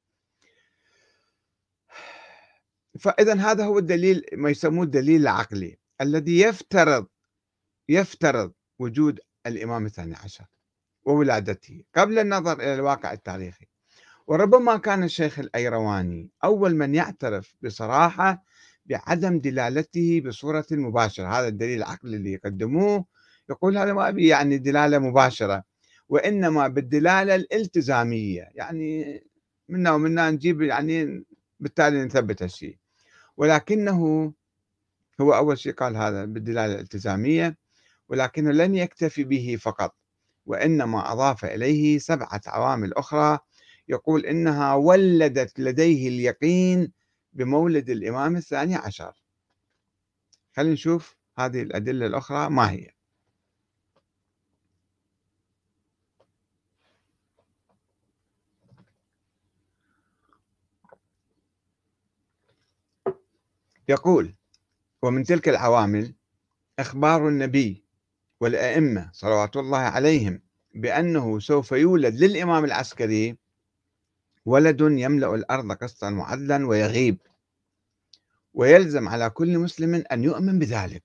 فإذا هذا هو الدليل، ما يسموه الدليل العقلي الذي يفترض يفترض وجود الإمام الثاني عشر وولادته قبل النظر إلى الواقع التاريخي. وربما كان الشيخ الأيرواني أول من يعترف بصراحة بعدم دلالته بصورة مباشرة. هذا الدليل العقلي اللي يقدموه يقول هذا ما بي يعني دلالة مباشرة، وإنما بالدلالة الالتزامية، يعني منا ومنا نجيب يعني بالتالي نثبت هالشيء. ولكنه هو أول شيء قال هذا بالدلالة الالتزامية، ولكنه لم يكتفي به فقط، وإنما أضاف إليه سبعة عوامل أخرى يقول إنها ولدت لديه اليقين بمولد الإمام الثاني عشر. خلينا نشوف هذه الأدلة الأخرى ما هي. يقول: ومن تلك العوامل إخبار النبي والأئمة صلوات الله عليهم بأنه سوف يولد للإمام العسكري ولد يملأ الأرض قسطا وعدلا ويغيب، ويلزم على كل مسلم أن يؤمن بذلك.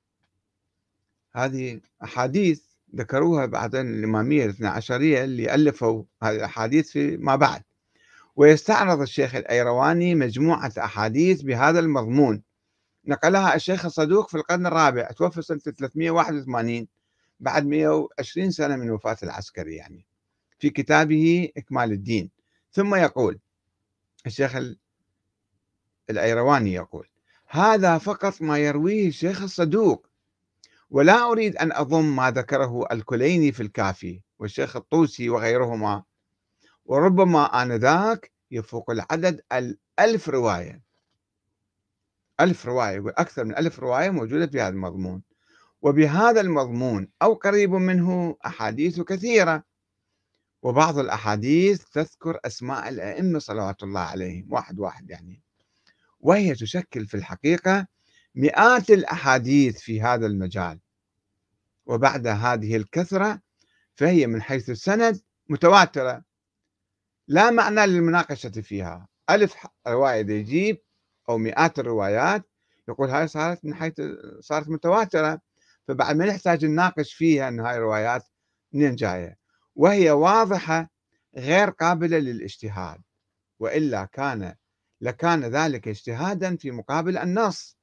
هذه أحاديث ذكروها بعدين الإمامية الاثنى عشرية اللي ألفوا هذه الأحاديث في ما بعد. ويستعرض الشيخ الأيرواني مجموعة أحاديث بهذا المضمون نقلها الشيخ الصدوق في القرن الرابع، توفى سنة ثلاثمئة وواحد وثمانين بعد مئة وعشرين سنة من وفاة العسكري، يعني في كتابه إكمال الدين. ثم يقول الشيخ الأيرواني يقول: هذا فقط ما يرويه الشيخ الصدوق، ولا أريد أن أضم ما ذكره الكليني في الكافي والشيخ الطوسي وغيرهما، وربما آنذاك يفوق العدد الألف رواية. ألف رواية، يقول أكثر من ألف رواية موجودة في هذا المضمون، وبهذا المضمون أو قريب منه أحاديث كثيرة، وبعض الأحاديث تذكر أسماء الأئمة صلوات الله عليهم واحد واحد يعني، وهي تشكل في الحقيقة مئات الأحاديث في هذا المجال. وبعد هذه الكثرة فهي من حيث السند متواترة، لا معنى للمناقشة فيها. ألف رواية يجيب أو مئات الروايات يقول هاي صارت من حيث صارت متواترة، فبعد ما نحتاج نناقش فيها أن هاي الروايات منين جاية، وهي واضحة غير قابلة للاجتهاد، وإلا كان لكان ذلك اجتهادا في مقابل النص.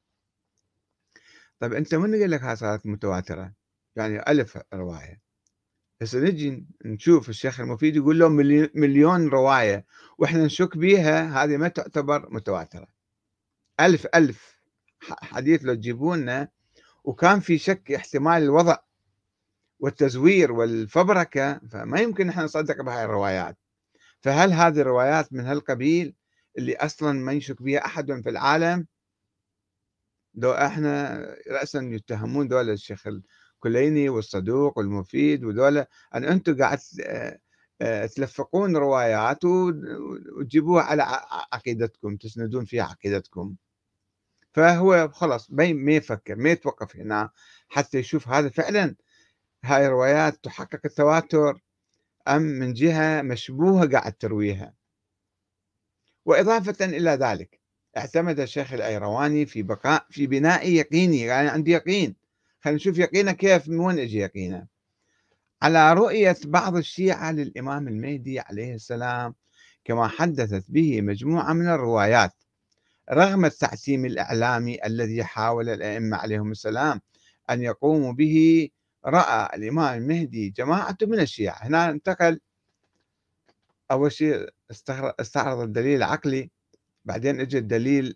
طيب أنت من قال لك هاي صارت متواترة؟ يعني ألف رواية. هسه نجي نشوف الشيخ المفيد يقول لهم مليون رواية وإحنا نشك بيها، هذه ما تعتبر متواترة. ألف ألف حديث لو تجيبونا وكان في شك احتمال الوضع والتزوير والفبركة، فما يمكن نحن نصدق بهاي الروايات. فهل هذه الروايات من هالقبيل اللي أصلا ما يشك بها أحد في العالم؟ لو احنا رأسا يتهمون دول الشيخ الكليني والصدوق والمفيد ودول أن أنتم قاعد تلفقون روايات وتجيبوها على عقيدتكم، تسندون فيها عقيدتكم. فهو خلاص ما يفكر، ما يتوقف هنا حتى يشوف هذا فعلا هاي الروايات تحقق التواتر أم من جهة مشبوهة قاعد ترويها. وإضافة إلى ذلك اعتمد الشيخ الأيرواني في بقاء في بناء يقيني، يعني عندي يقين، خلينا نشوف يقينه كيف، من وين اجى يقينه، على رؤية بعض الشيعة للإمام المهدي عليه السلام كما حدثت به مجموعة من الروايات، رغم التعتيم الإعلامي الذي حاول الأئمة عليهم السلام أن يقوموا به. رأى الإمام المهدي جماعة من الشيعة. هنا انتقل أول شيء استعرض الدليل العقلي، بعدين اجى الدليل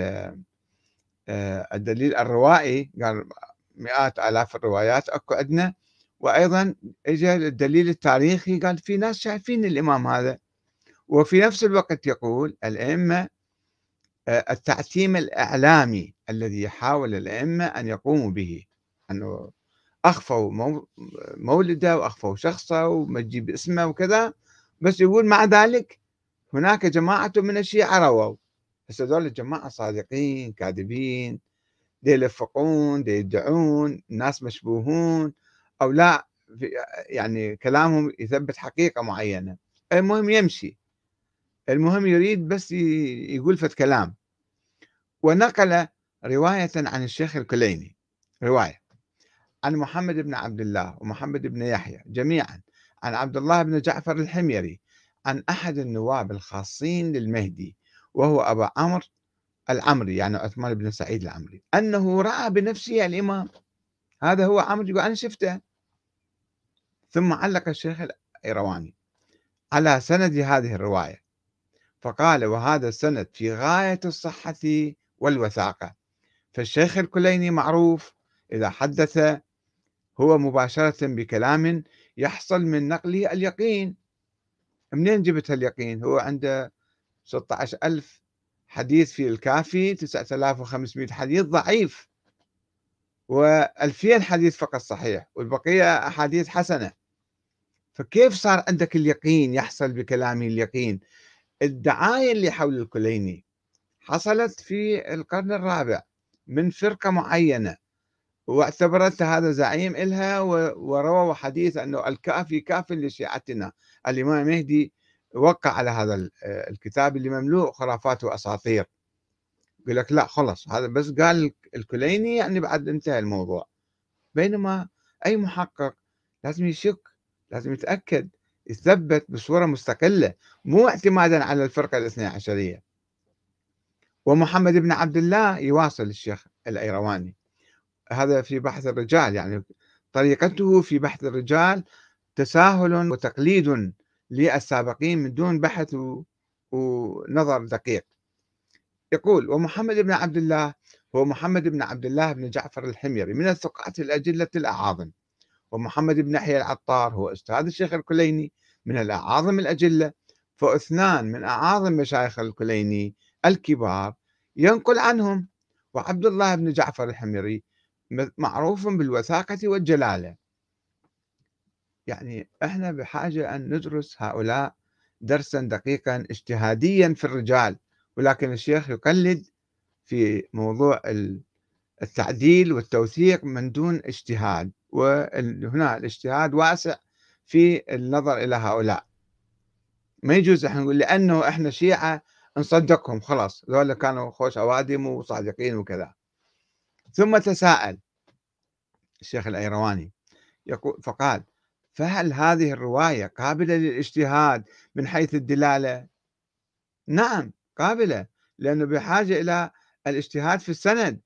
الدليل الروائي، قال مئات آلاف الروايات أكو عندنا، وأيضا اجى الدليل التاريخي، قال في ناس شايفين الإمام هذا. وفي نفس الوقت يقول الأئمة التعتيم الإعلامي الذي حاول الأئمة أن يقوموا به، أنه أخفوا مولده وأخفوا شخصه وما تجيب اسمه وكذا، بس يقول مع ذلك هناك جماعة من الشيعة رووا. بس هذول الجماعة صادقين كاذبين، دي يلفقون، دي يدعون، الناس مشبوهون أو لا في يعني كلامهم يثبت حقيقة معينة، المهم يمشي، المهم يريد بس ي يقول فد كلام. ونقل روايةً عن الشيخ الكليني، رواية عن محمد بن عبد الله ومحمد بن يحيى جميعًا عن عبد الله بن جعفر الحميري عن أحد النواب الخاصين للمهدي وهو أبا عمرو العمري، يعني عثمان بن سعيد العمري، أنه رأى بنفسه الإمام، هذا هو عمرو يقول أنا شفته. ثم علق الشيخ الإيرواني على سند هذه الرواية فقال: وهذا السند في غاية الصحة والوثاقة، فالشيخ الكليني معروف إذا حدث هو مباشرة بكلام يحصل من نقله اليقين. منين جبت اليقين؟ هو عنده ستة عشر ألف حديث في الكافي، تسعة آلاف وخمسمئة حديث ضعيف، وألفين حديث فقط صحيح، والبقية أحاديث حسنة. فكيف صار عندك اليقين يحصل بكلامه اليقين؟ الدعاية اللي حول الكليني حصلت في القرن الرابع من فرقة معينة، واعتبرت هذا زعيم إلها، ورووا حديث أنه الكافي كاف لشيعتنا. الإمام المهدي وقع على هذا ال- الكتاب اللي مملوء خرافات وأساطير. يقول لك لا خلص هذا بس قال الكليني يعني بعد انتهى الموضوع، بينما أي محقق لازم يشك، لازم يتأكد، يثبت بصورة مستقلة، مو اعتمادا على الفرقة الاثنى عشرية. ومحمد بن عبد الله يواصل الشيخ الأيرواني، هذا في بحث الرجال، يعني طريقته في بحث الرجال تساهل وتقليد للسابقين من دون بحث و- ونظر دقيق. يقول: ومحمد بن عبد الله هو محمد بن عبد الله بن جعفر الحميري من الثقات الأجلة الأعاظم، ومحمد بن يحيى العطار هو أستاذ الشيخ الكليني من الأعاظم الأجلة، فاثنان من أعاظم مشايخ الكليني الكبار ينقل عنهم. وعبد الله بن جعفر الحميري معروف بالوثاقة والجلالة. يعني احنا بحاجة أن ندرس هؤلاء درسا دقيقا اجتهاديا في الرجال، ولكن الشيخ يقلد في موضوع التعديل والتوثيق من دون اجتهاد، وهنا الاجتهاد واسع في النظر إلى هؤلاء. ما يجوز احنا نقول لأنه احنا شيعة نصدقهم خلاص، ذولا كانوا خوش أوادم وصادقين وكذا. ثم تساءل الشيخ الأيرواني يقول فقال: فهل هذه الرواية قابلة للاجتهاد من حيث الدلالة؟ نعم قابلة، لأنه بحاجة إلى الاجتهاد في السند.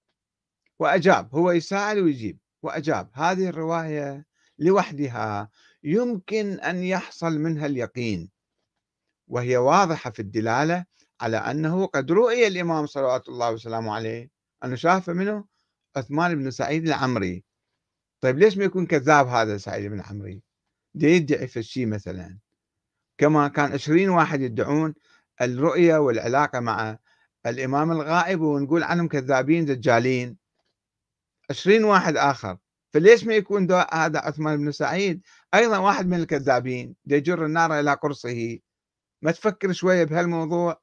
وأجاب، هو يسأل ويجيب، وأجاب: هذه الرواية لوحدها يمكن أن يحصل منها اليقين، وهي واضحة في الدلالة على أنه قد رؤي الإمام صلوات الله وسلامه عليه، أنه شافه منه عثمان بن سعيد العمري. طيب ليش ما يكون كذاب هذا سعيد بن عمري؟ دي يدعي في الشيء مثلا، كما كان عشرين واحد يدعون الرؤية والعلاقة مع الإمام الغائب ونقول عنهم كذابين دجالين، عشرين واحد آخر. فليش ما يكون هذا عثمان بن سعيد أيضا واحد من الكذابين دي يجر النار إلى قرصه؟ ما تفكر شوية بهالموضوع؟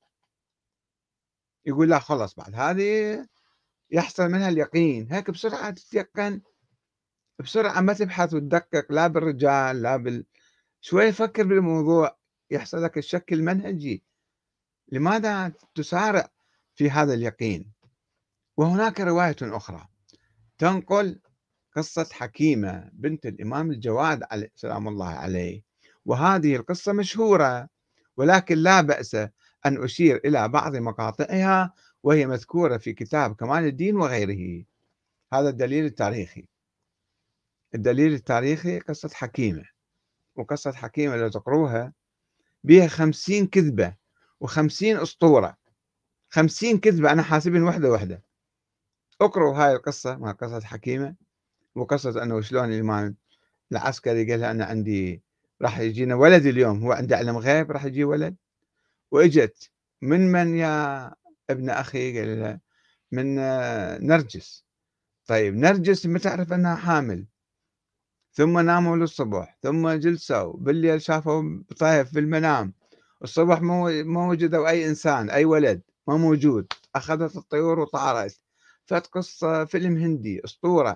يقول لا خلص بعد هذه يحصل منها اليقين، هيك بسرعة تتيقن، بسرعة ما تبحث وتدقق لا بالرجال لا بال شوية فكر بالموضوع يحصل لك الشك المنهجي. لماذا تسارع في هذا اليقين؟ وهناك رواية أخرى تنقل قصة حكيمة بنت الإمام الجواد عليه سلام الله عليه، وهذه القصة مشهورة، ولكن لا بأس أن أشير إلى بعض مقاطعها، وهي مذكورة في كتاب كمال الدين وغيره. هذا الدليل التاريخي. الدليل التاريخي قصة حكيمة، وقصة حكيمة لو تقروها بها خمسين كذبة وخمسين أسطورة، خمسين كذبة أنا حاسبين وحدة وحدة. اقروا هاي القصة مع قصة حكيمة، وقصة أنه شلون الإمام العسكري قال لها أنا عندي راح يجينا ولد اليوم، هو عنده علم غيب راح يجي ولد. وإجت من من يا ابن أخي؟ قال لها من آه، نرجس. طيب نرجس ما تعرف أنها حامل؟ ثم ناموا للصبح، ثم جلسوا بالليل شافوا طيف في المنام، الصبح ما ما وجدوا أي إنسان أي ولد ما موجود، أخذت الطيور وطارت. فقصة فيلم هندي أسطورة،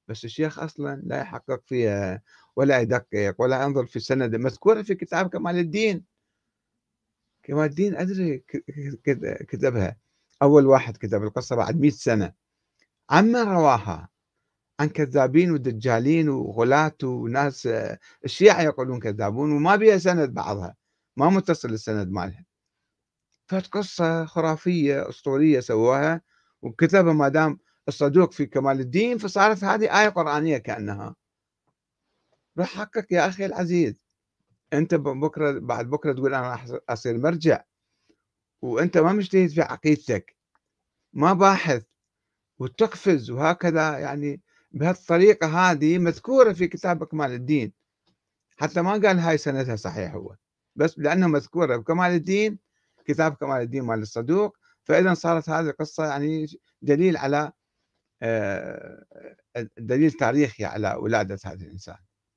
بس الشيخ أصلًا لا يحقق فيها ولا يدقق ولا ينظر في السند، مذكورة في كتاب كمال الدين. كمال الدين أدري ك ك كتبها، أول واحد كتب القصة بعد مئة سنة، عمن رواها؟ عن كذابين ودجالين وغلاة وناس، آه، الشيعة يقولون كذابون وما بيها سند بعضها، ما متصل السند مالها. فد قصة خرافية أسطورية سووها وكتبها ما دام الصدوق في كمال الدين، فصارت هذه آية قرآنية كأنها. روح حقق يا أخي العزيز، أنت ب بكرة بعد بكرة تقول أنا راح أصير مرجع، وأنت ما مجتهد في عقيدتك، ما باحث وتقفز وهكذا يعني بهالطريقة هذه مذكورة في كتاب كمال الدين، حتى ما قال هاي سندها صحيح هو، بس لأنه مذكورة بكمال الدين، كتاب كمال الدين مال الصدوق، فإذا صارت هذه القصة يعني دليل على آآ دليل تاريخي على ولادة هذا الإنسان.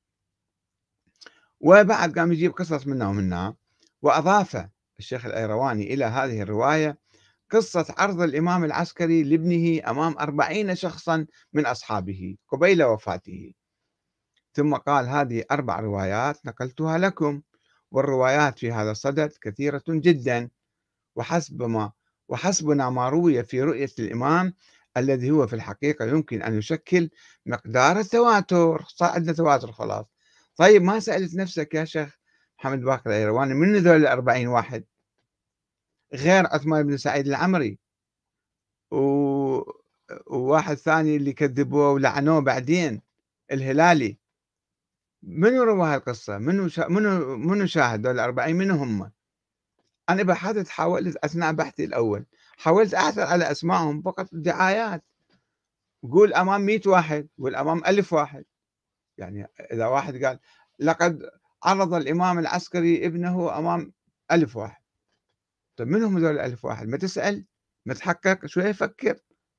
وبعد قام يجيب قصص منا ومنا، وأضاف الشيخ الأيرواني إلى هذه الرواية قصة عرض الإمام العسكري لابنه أمام أربعين شخصا من أصحابه قبيل وفاته، ثم قال هذه أربع روايات نقلتها لكم، والروايات في هذا الصدد كثيرة جدا، وحسب ما وحسبنا ما روي في رؤية الإمام الذي هو في الحقيقة يمكن أن يشكل مقدار التواتر. صار عندنا تواتر خلاص. طيب ما سألت نفسك يا شيخ محمد باقر الأيرواني من ذول الأربعين واحد غير عثمان بن سعيد العمري و... وواحد ثاني اللي كذبوه ولعنوه بعدين، الهلالي، منو روى هالقصة؟ منو شا... منو منو شاهد دول الأربعين؟ منو هم؟ أنا بحثت، حاولت أثناء بحثي الأول حاولت أعثر على أسمائهم، فقط دعايات، قول أمام مئة واحد، قول أمام ألف واحد. يعني إذا واحد قال لقد عرض الإمام العسكري ابنه أمام ألف واحد، طيب من هم هذول الألف واحد؟ ما تسأل، ما تحقق شوية، فكر.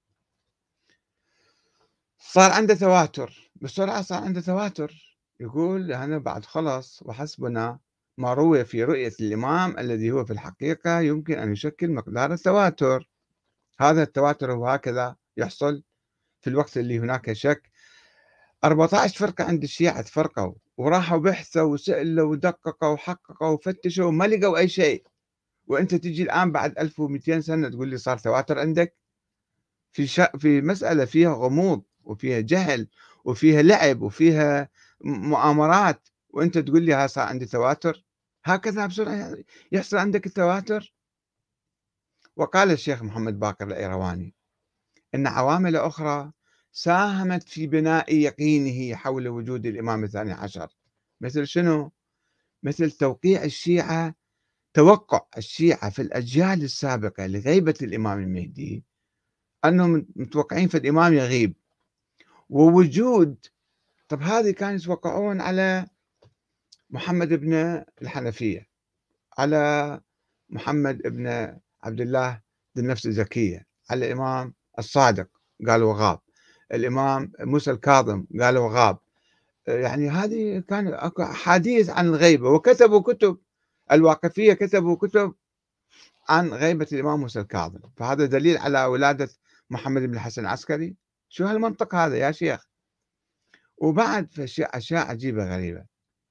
صار عنده تواتر بسرعة، صار عنده تواتر، يقول أنا بعد خلص وحسبنا ما روي في رؤية الإمام الذي هو في الحقيقة يمكن أن يشكل مقدار التواتر. هذا التواتر هو هكذا يحصل في الوقت اللي هناك شك. أربعة عشر فرقة عند الشيعة تفرقوا وراحوا بحثوا وسألوا ودققوا وحققوا وفتشوا وما لقوا أي شيء، وأنت تجي الآن بعد ألف ومئتين سنة تقول لي صار تواتر عندك؟ في ش... في مسألة فيها غموض وفيها جهل وفيها لعب وفيها م- مؤامرات، وأنت تقول لي ها صار عندي تواتر؟ هكذا بسرعة يحصل عندك التواتر. وقال الشيخ محمد باقر الأيرواني أن عوامل أخرى ساهمت في بناء يقينه حول وجود الإمام الثاني عشر، مثل شنو؟ مثل توقيع الشيعة، توقع الشيعة في الأجيال السابقة لغيبة الإمام المهدي، أنهم متوقعين في الإمام يغيب، ووجود، طب هذه كانوا يتوقعون على محمد بن الحنفية، على محمد بن عبد الله ذي النفس الزكية، على الإمام الصادق قالوا غاب، الإمام موسى الكاظم قالوا غاب. يعني هذه كان أكو أحاديث عن الغيبة، وكتبوا كتب، الواقفية كتبوا كتب عن غيبة الإمام موسى الكاظم، فهذا دليل على ولادة محمد بن الحسن العسكري. شو هالمنطق هذا يا شيخ؟ وبعد في أشياء أشياء عجيبة غريبة،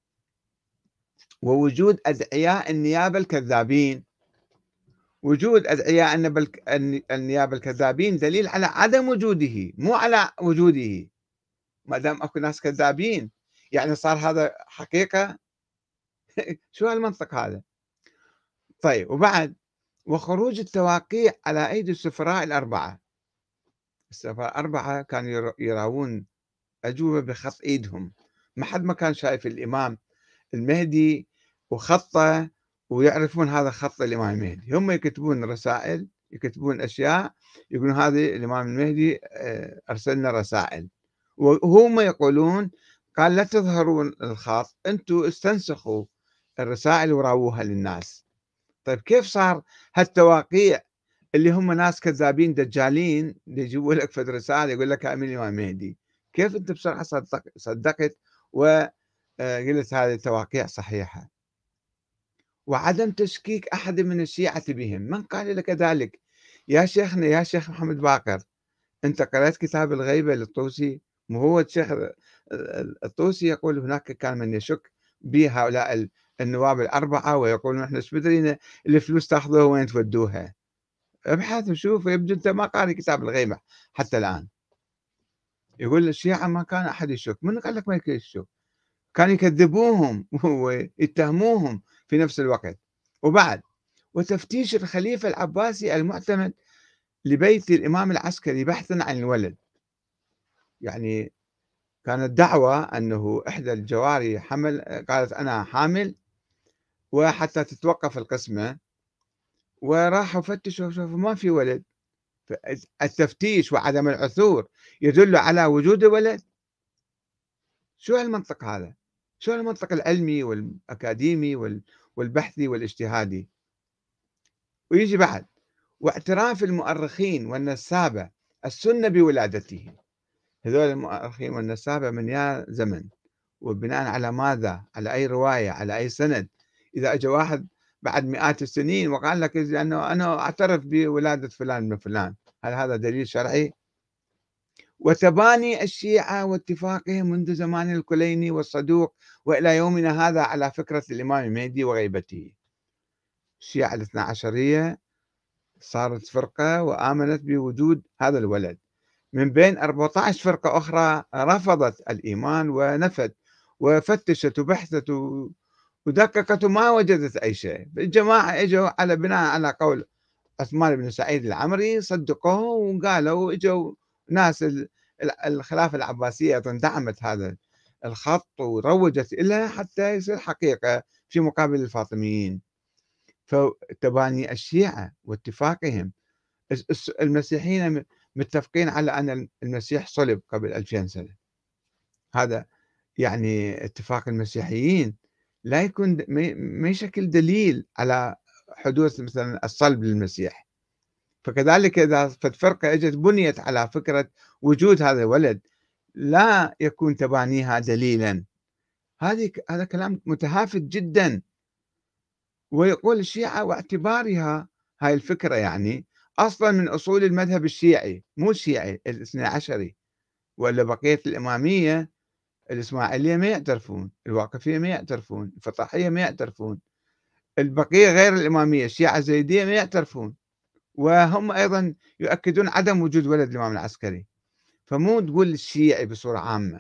ووجود أدعياء النيابة الكذابين. وجود أدعياء النب- النيابة الكذابين دليل على عدم وجوده، مو على وجوده. ما دام اكو ناس كذابين يعني صار هذا حقيقة؟ شو هالمنطق هذا؟ طيب وبعد، وخروج التواقيع على أيدي السفراء الأربعة. السفراء الأربعة كانوا يرا- يراوون أجوبة بخط إيدهم، ما حد ما كان شايف الإمام المهدي وخطه ويعرفون هذا خط الإمام المهدي، هم يكتبون رسائل، يكتبون أشياء، يقولون هذه الإمام المهدي آه، أرسلنا رسائل، وهم يقولون قال لا تظهرون الخط، أنتم استنسخوا الرسائل وراووها للناس. طيب كيف صار هالتواقيع اللي هم ناس كذابين دجالين اللي يجيبوا لك فد رسالة يقول لك أمين الإمام المهدي؟ كيف أنت بسرعة صدق صدقت وقلت هذه التواقيع صحيحة؟ وعدم تشكيك أحد من الشيعة بهم، من قال لك ذلك؟ يا شيخنا يا شيخ محمد باقر، أنت قرأت كتاب الغيبة للطوسي وهو الشيخ ال ال الطوسي يقول هناك كان من يشك بهؤلاء ال النواب الأربعة ويقولون إحنا إيش بدرينا الفلوس تاخذوها وين تودوها، ابحث وشوف يبدو أنت ما قاري كتاب الغيبة حتى الآن. يقول الشيعة ما كان أحد يشك، من قال لك ما يك يشك؟ كانوا يكذبوهم ويتهموهم في نفس الوقت. وبعد وتفتيش الخليفة العباسي المعتمد لبيت الإمام العسكري بحثًا عن الولد، يعني كانت دعوى أنه إحدى الجواري حمل قالت أنا حامل وحتى تتوقف القسمة، وراحوا فتشوا شافوا ما في ولد، فالتفتيش وعدم العثور يدل على وجود ولد؟ شو هالمنطق هذا؟ شو هالمنطق العلمي والأكاديمي وال والبحثي والاجتهادي؟ ويجي بعد واعتراف المؤرخين والنسابة السنة بولادته، هذول المؤرخين والنسابة من يا زمن، وبناء على ماذا؟ على أي رواية؟ على أي سند؟ إذا أجى واحد بعد مئات السنين وقال لك أنه أنا أعترف بولادة فلان من فلان، هل هذا دليل شرعي؟ وتباني الشيعة واتفاقهم منذ زمان الكليني والصدوق وإلى يومنا هذا على فكرة الإمام المهدي وغيبته. الشيعة الاثنا عشرية صارت فرقة وآمنت بوجود هذا الولد، من بين أربعة عشر فرقة أخرى رفضت الإيمان ونفت وفتشت وبحثت ودققت وما وجدت أي شيء. الجماعة اجوا على بناء على قول عثمان بن سعيد العمري صدقوه وقالوا، اجوا ناس ال- ال- الخلافة العباسية أيضا دعمت هذا الخط وروجت له حتى يصير حقيقة في مقابل الفاطميين. فتباني الشيعة واتفاقهم، الس- الس- المسيحيين م- متفقين على أن المسيح صلب قبل ألفين سنة، هذا يعني اتفاق المسيحيين لا يكون د- ما ما يشكل دليل على حدوث مثلا الصلب للمسيح. فكذلك إذا فد فرقة اجت بنيت على فكرة وجود هذا الولد لا يكون تبانيها دليلا، هذه هذا كلام متهافت جدا. ويقول الشيعة واعتبارها هاي الفكرة يعني أصلا من أصول المذهب الشيعي، مو الشيعي الاثني عشري، ولا بقية الإمامية الإسماعيلية ما يعترفون، الواقفية ما يعترفون، الفطاحية ما يعترفون، البقية غير الإمامية الشيعة الزيدية ما يعترفون، وهم أيضا يؤكدون عدم وجود ولد الإمام العسكري. فمو تقول الشيعي بصورة عامة.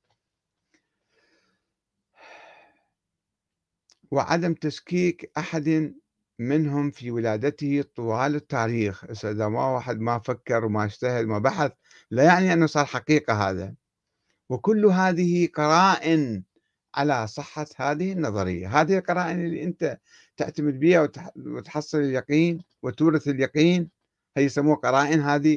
وعدم تشكيك أحد منهم في ولادته طوال التاريخ. هسه إذا ما واحد ما فكر وما اجتهد وما بحث لا يعني أنه صار حقيقة هذا. وكل هذه قرائن على صحة هذه النظرية، هذه القرائن اللي أنت تعتمد بها وتح- وتحصل اليقين وتورث اليقين، هي يسموها قرائن هذه.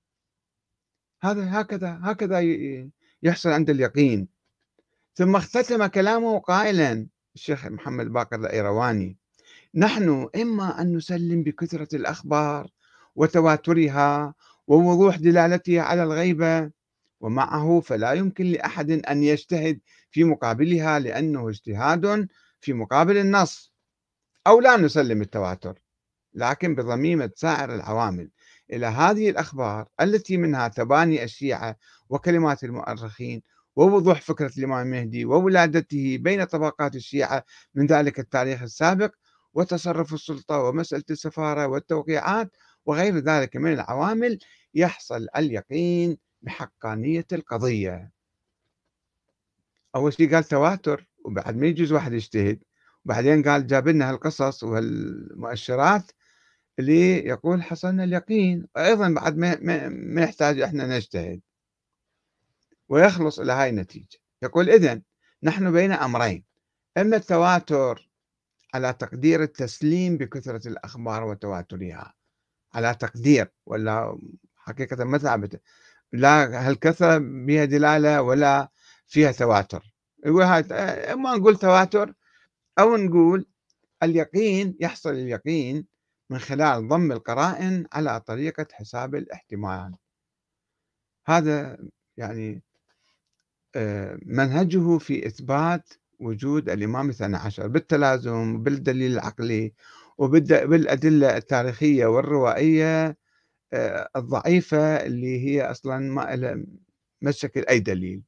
هذا هكذا هكذا ي- يحصل عند اليقين. ثم اختتم كلامه قائلا الشيخ محمد باقر الأيرواني: نحن إما أن نسلم بكثرة الأخبار وتواترها ووضوح دلالتها على الغيبة، ومعه فلا يمكن لأحد أن يجتهد في مقابلها لأنه اجتهاد في مقابل النص، أو لا نسلم التواتر لكن بضميمة سائر العوامل إلى هذه الأخبار التي منها تباني الشيعة وكلمات المؤرخين ووضوح فكرة الإمام المهدي وولادته بين طبقات الشيعة من ذلك التاريخ السابق، وتصرف السلطة ومسألة السفارة والتوقيعات وغير ذلك من العوامل، يحصل اليقين بحقانية القضية. أول شيء قال تواتر، وبعد ما يجوز واحد يجتهد، وبعدين قال جاب لنا هالقصص وهالمؤشرات اللي يقول حصلنا اليقين، أيضا بعد ما, ما, ما يحتاج إحنا نجتهد، ويخلص إلى هاي النتيجة. يقول إذن نحن بين أمرين: إما التواتر على تقدير التسليم بكثرة الأخبار وتواترها، على تقدير، ولا حقيقة ما ثابتة، لا هالكثرة بها دلالة ولا فيها تواتر. يقول هاي إما نقول تواتر أو نقول اليقين، يحصل اليقين من خلال ضم القرائن على طريقة حساب الاحتمال. هذا يعني آه، منهجه في إثبات وجود الإمام الثاني عشر بالتلازم وبالدليل العقلي وبالأدلة التاريخية والروائية آه، الضعيفة اللي هي أصلا ما إلها تمسك أي دليل.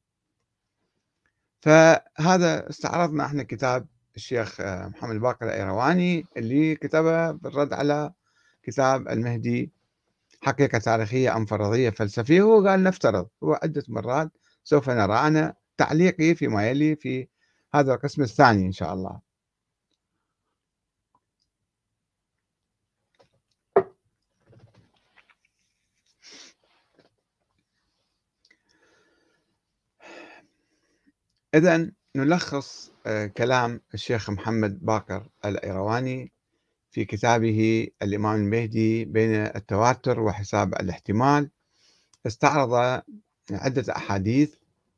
فهذا استعرضنا احنا كتاب الشيخ محمد باقر الأيرواني اللي كتبه بالرد على كتاب المهدي حقيقة تاريخية أم فرضية فلسفية. هو قال نفترض، هو عدة مرات سوف نرى. أنا تعليقي فيما يلي في هذا القسم الثاني إن شاء الله. إذن نلخص كلام الشيخ محمد باقر الأيرواني في كتابه الإمام المهدي بين التواتر وحساب الاحتمال. استعرض عدة أحاديث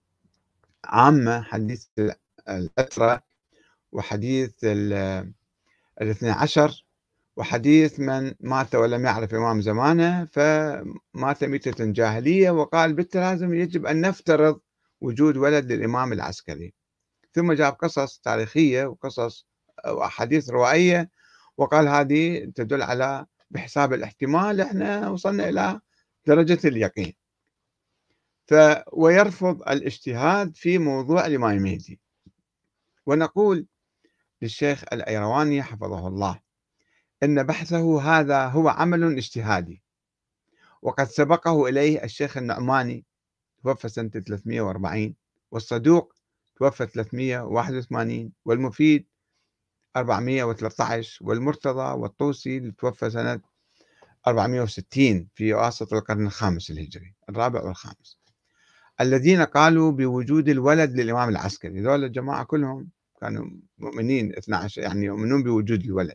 عامة، حديث الأسرة وحديث الاثنى عشر وحديث من مات ولم يعرف إمام زمانه فمات ميتة جاهلية، وقال بالتلازم يجب أن نفترض وجود ولد للإمام العسكري. ثم جاب قصص تاريخية وقصص وأحاديث روائية وقال هذه تدل على بحساب الاحتمال احنا وصلنا إلى درجة اليقين. ف ويرفض الاجتهاد في موضوع الإمام المهدي. ونقول للشيخ الأيرواني حفظه الله إن بحثه هذا هو عمل اجتهادي، وقد سبقه إليه الشيخ النعماني توفى سنة ثلاثمئة وأربعين، والصدوق توفى ثلاثمئة وواحد وثمانين، والمفيد أربعمئة وثلاثة عشر، والمرتضى والطوسي توفى سنة أربعمئة وستين في أواسط القرن الخامس الهجري، الرابع والخامس، الذين قالوا بوجود الولد للإمام العسكري. ذول الجماعة كلهم كانوا مؤمنين اثني عشر، يعني يؤمنون بوجود الولد.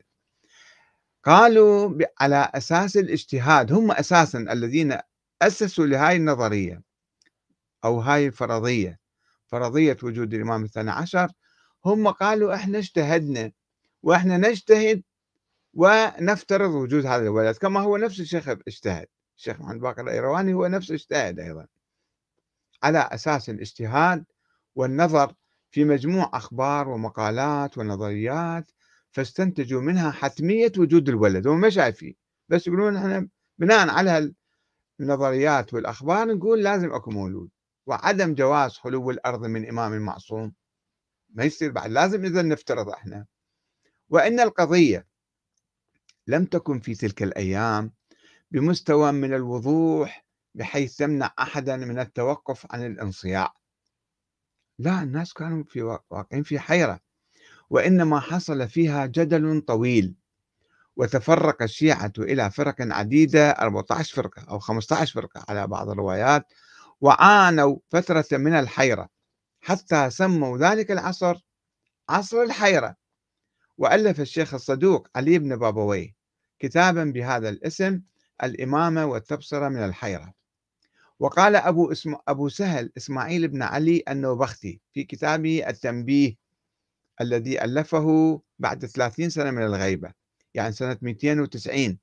قالوا على أساس الاجتهاد، هم أساسا الذين أسسوا لهذه النظرية أو هاي الفرضية، فرضية وجود الإمام الثاني عشر. هم قالوا إحنا اجتهدنا وإحنا نجتهد ونفترض وجود هذا الولد، كما هو نفس الشيخ اجتهد. الشيخ محمد باقر الأيرواني هو نفسه اجتهد أيضا على أساس الاجتهاد والنظر في مجموع أخبار ومقالات ونظريات، فاستنتجوا منها حتمية وجود الولد. هم ما شايفين، بس يقولون احنا بناء على النظريات والأخبار نقول لازم أكو مولود، وعدم جواز خلو الأرض من إمام معصوم ما يصير بعد، لازم إذا نفترض احنا. وإن القضية لم تكن في تلك الأيام بمستوى من الوضوح بحيث تمنع أحدا من التوقف عن الانصياع. لا، الناس كانوا في واقعين في حيرة، وإنما حصل فيها جدل طويل، وتفرق الشيعة إلى فرق عديدة، أربعة عشر فرقة أو خمسة عشر فرقة على بعض الروايات، وعانوا فترة من الحيرة حتى سموا ذلك العصر عصر الحيرة. وألف الشيخ الصدوق علي بن بابويه كتابا بهذا الاسم، الإمامة والتبصرة من الحيرة. وقال أبو, اسم أبو سهل إسماعيل بن علي النوبختي في كتابه التنبيه الذي ألفه بعد ثلاثين سنة من الغيبة، يعني سنة مئتين وتسعين،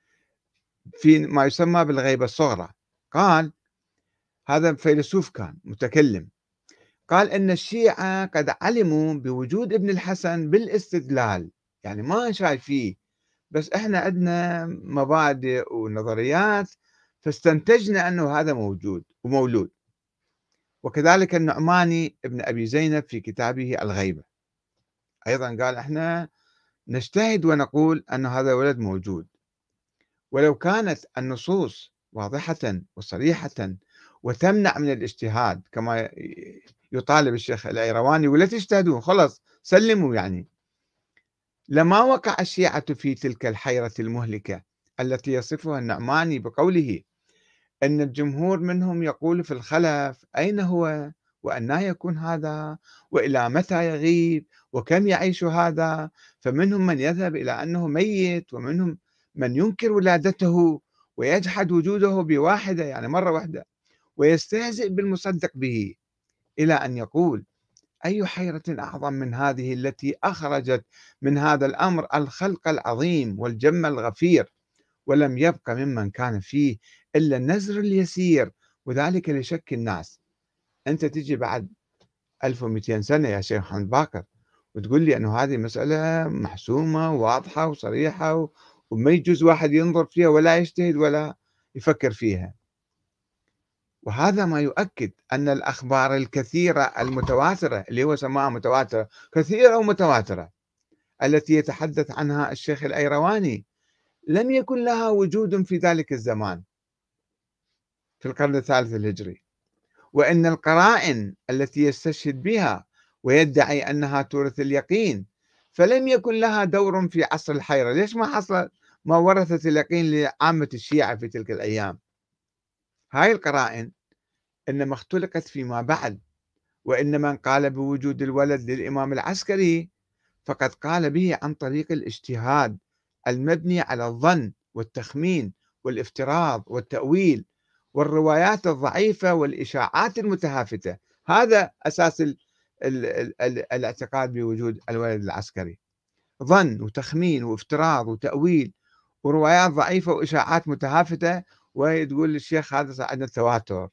في ما يسمى بالغيبة الصغرى، قال هذا فيلسوف كان متكلم، قال إن الشيعة قد علموا بوجود ابن الحسن بالاستدلال، يعني ما شايفيه، بس إحنا عندنا مبادئ ونظريات فاستنتجنا أنه هذا موجود ومولود. وكذلك النعماني ابن أبي زينب في كتابه الغيبة أيضا قال إحنا نجتهد ونقول أن هذا الولد موجود. ولو كانت النصوص واضحة وصريحة وتمنع من الاجتهاد كما يطالب الشيخ الأيرواني، ولا تجتهدون خلص سلموا، يعني لما وقع الشيعة في تلك الحيرة المهلكة التي يصفها النعماني بقوله أن الجمهور منهم يقول في الخلف أين هو وأنى يكون هذا وإلى متى يغيب وكم يعيش هذا، فمنهم من يذهب إلى أنه ميت، ومنهم من ينكر ولادته ويجحد وجوده بواحدة، يعني مرة واحدة، ويستهزئ بالمصدق به، إلى أن يقول أي حيرة أعظم من هذه التي أخرجت من هذا الأمر الخلق العظيم والجم الغفير، ولم يبق ممن كان فيه إلا النزر اليسير، وذلك لشك الناس. أنت تجي بعد ألف ومئتين سنة يا شيخ محمد باقر وتقول لي أنه هذه مسألة محسومة وواضحة وصريحة وما يجوز واحد ينظر فيها ولا يجتهد ولا يفكر فيها. وهذا ما يؤكد أن الأخبار الكثيرة المتواترة اللي هو سماها متواترة كثيرة ومتواترة التي يتحدث عنها الشيخ الأيرواني لم يكن لها وجود في ذلك الزمان في القرن الثالث الهجري، وإن القرائن التي يستشهد بها ويدعي أنها تورث اليقين فلم يكن لها دور في عصر الحيرة. ليش ما حصل ما ورثت اليقين لعامة الشيعة في تلك الأيام؟ هاي القرائن إنما اختلقت فيما بعد، وإن من قال بوجود الولد للإمام العسكري فقد قال به عن طريق الاجتهاد المبني على الظن والتخمين والافتراض والتأويل والروايات الضعيفة والإشاعات المتهافتة. هذا أساس ال ال ال ال الاعتقاد بوجود الولد العسكري، ظن وتخمين وافتراض وتأويل وروايات ضعيفة وإشاعات متهافتة. وتقول الشيخ هذا صعدنا التواتر.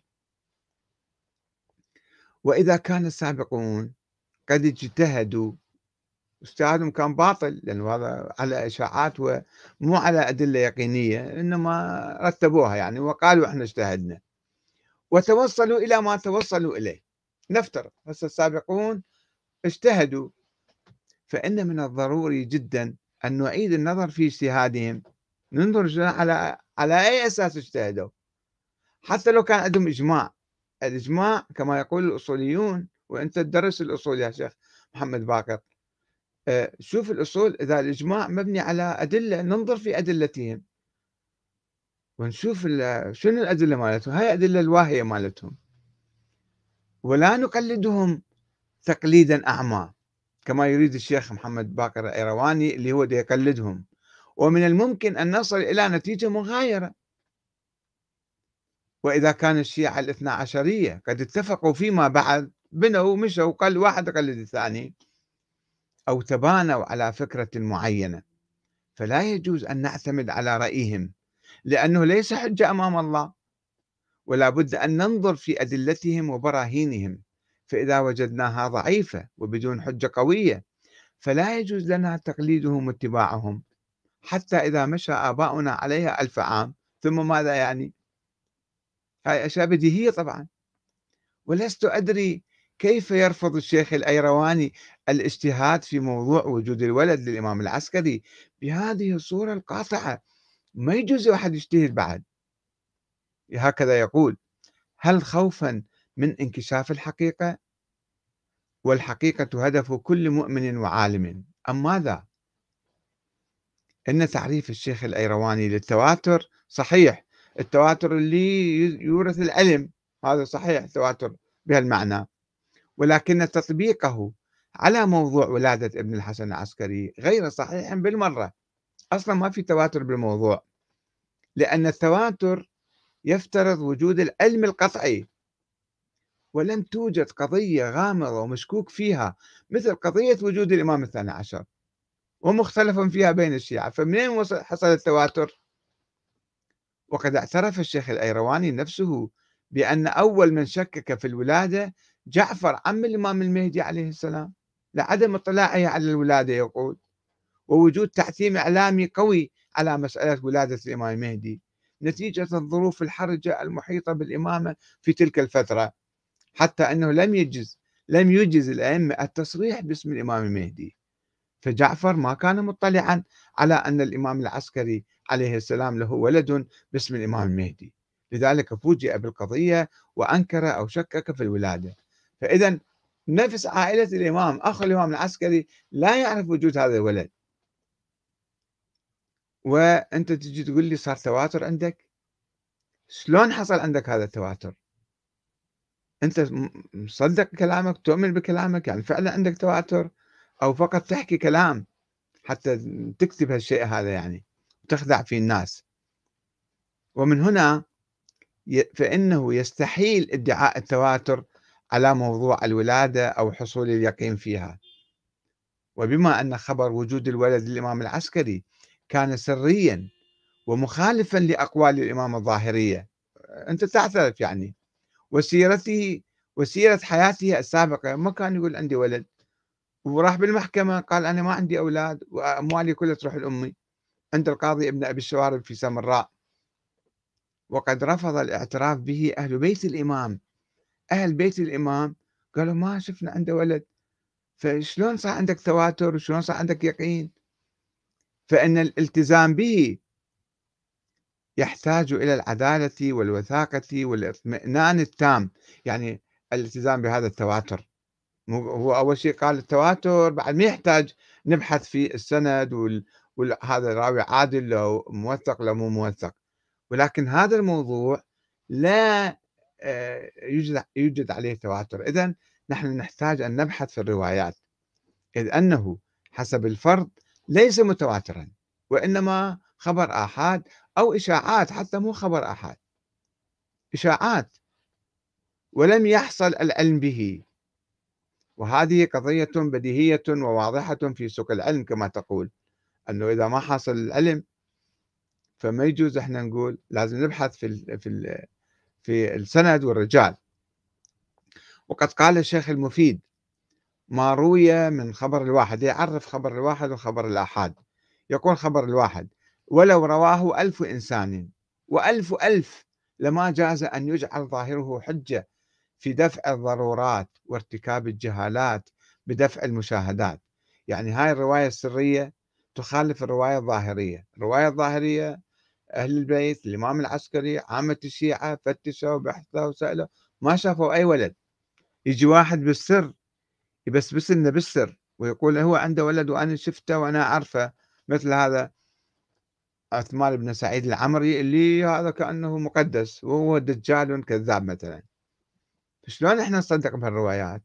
وإذا كان السابقون قد اجتهدوا، اجتهادهم كان باطل لأنه هذا على إشاعات ومو على أدلة يقينية، إنما رتبوها يعني وقالوا إحنا اجتهدنا وتوصلوا إلى ما توصلوا إليه. نفترض هسه السابقون اجتهدوا، فإن من الضروري جدا أن نعيد النظر في اجتهادهم، ننظر على على أي أساس اجتهدوا، حتى لو كان عندهم إجماع. الإجماع كما يقول الأصوليون، وأنت تدرس الأصول يا شيخ محمد باقر، آه، شوف الأصول إذا الإجماع مبني على أدلة ننظر في أدلتهم ونشوف شنو الأدلة مالتهم، هاي أدلة الواهية مالتهم، ولا نقلدهم تقليدا أعمى كما يريد الشيخ محمد باقر الأيرواني اللي هو دا يقلدهم. ومن الممكن أن نصل إلى نتيجة مغايرة. وإذا كان الشيعة الاثنا عشرية قد اتفقوا فيما بعد، بنوا مشوا قال واحد يقلد الثاني أو تبانوا على فكرة معينة، فلا يجوز أن نعتمد على رأيهم لأنه ليس حجة أمام الله، ولا بد أن ننظر في أدلتهم وبراهينهم، فإذا وجدناها ضعيفة وبدون حجة قوية فلا يجوز لنا تقليدهم واتباعهم حتى إذا مشى آباؤنا عليها ألف عام. ثم ماذا يعني؟ هاي أشياء بديهية طبعا. ولست أدري كيف يرفض الشيخ الأيرواني الاجتهاد في موضوع وجود الولد للإمام العسكري بهذه الصورة القاطعة. ما يجوز واحد يجتهد بعد. هكذا يقول: هل خوفا من انكشاف الحقيقة؟ والحقيقة هدف كل مؤمن وعالم، أم ماذا؟ إن تعريف الشيخ الأيرواني للتواتر صحيح، التواتر اللي يورث العلم هذا صحيح، التواتر بهالمعنى، ولكن تطبيقه على موضوع ولادة ابن الحسن العسكري غير صحيح بالمرة. أصلا ما في تواتر بالموضوع، لأن التواتر يفترض وجود العلم القطعي، ولم توجد قضية غامضة ومشكوك فيها مثل قضية وجود الإمام الثاني عشر ومختلف فيها بين الشيعة، فمنين حصل التواتر؟ وقد اعترف الشيخ الأيرواني نفسه بأن أول من شكك في الولادة جعفر عم الإمام المهدي عليه السلام لعدم اطلاعه على الولادة يقول، ووجود تحتيم إعلامي قوي على مسألة ولادة الإمام المهدي نتيجة الظروف الحرجة المحيطة بالإمامة في تلك الفترة، حتى أنه لم يجز لم يجز الأئمة التصريح باسم الإمام المهدي. فجعفر ما كان مطلعا على أن الإمام العسكري عليه السلام له ولد باسم الإمام المهدي، لذلك فوجئ بالقضية وأنكر أو شكك في الولادة. فإذا نفس عائلة الإمام أخو الإمام العسكري لا يعرف وجود هذا الولد، وأنت تجي تقول لي صار تواتر عندك؟ شلون حصل عندك هذا التواتر؟ أنت مصدق كلامك، تؤمن بكلامك، يعني فعلا عندك تواتر، أو فقط تحكي كلام حتى تكتب هالشيء هذا يعني وتخدع في الناس؟ ومن هنا فإنه يستحيل ادعاء التواتر على موضوع الولادة أو حصول اليقين فيها. وبما أن خبر وجود الولد للإمام العسكري كان سريا ومخالفا لأقوال الإمام الظاهرية، أنت تعترف يعني، وسيرته وسيرة حياته السابقة ما كان يقول عندي ولد، وراح بالمحكمة قال أنا ما عندي أولاد وأموالي كلها تروح لأمي عند القاضي ابن أبي الشوارب في سامراء. وقد رفض الاعتراف به أهل بيت الإمام. أهل بيت الإمام قالوا ما شفنا عنده ولد، فشلون صار عندك تواتر وشلون صار عندك يقين؟ فإن الالتزام به يحتاج إلى العدالة والوثاقة والاطمئنان التام. يعني الالتزام بهذا التواتر، مو هو أول شيء قال التواتر، بعد ما يحتاج نبحث في السند وال وهذا الراوي عادل لو موثق لو مو موثق، ولكن هذا الموضوع لا آآ يوجد يوجد عليه تواتر. إذن نحن نحتاج أن نبحث في الروايات، إذ أنه حسب الفرض ليس متواترًا، وإنما خبر آحاد أو إشاعات، حتى مو خبر آحاد، إشاعات، ولم يحصل العلم به. وهذه قضية بديهية وواضحة في سوق العلم كما تقول، أنه إذا ما حصل العلم فما يجوز إحنا نقول، لازم نبحث في ال في ال في السند والرجال. وقد قال الشيخ المفيد: ما روي من خبر الواحد، يعرف خبر الواحد وخبر الآحاد. يقول خبر الواحد: ولو رواه ألف إنسان وألف ألف لما جاز أن يجعل ظاهره حجة في دفع الضرورات وارتكاب الجهالات بدفع المشاهدات. يعني هاي الرواية السرية تخالف الرواية الظاهرية. الرواية الظاهرية أهل البيت، الإمام العسكري، عامة الشيعة فتشوا بحثوا وسألوا ما شافوا أي ولد. يجي واحد بالسر يبسبس لنا بالسر ويقول هو عنده ولد وأنا شفته وأنا أعرفه، مثل هذا عثمان بن سعيد العمري اللي هذا كأنه مقدس وهو دجال كذاب مثلا. شلون احنا نصدق بهالروايات؟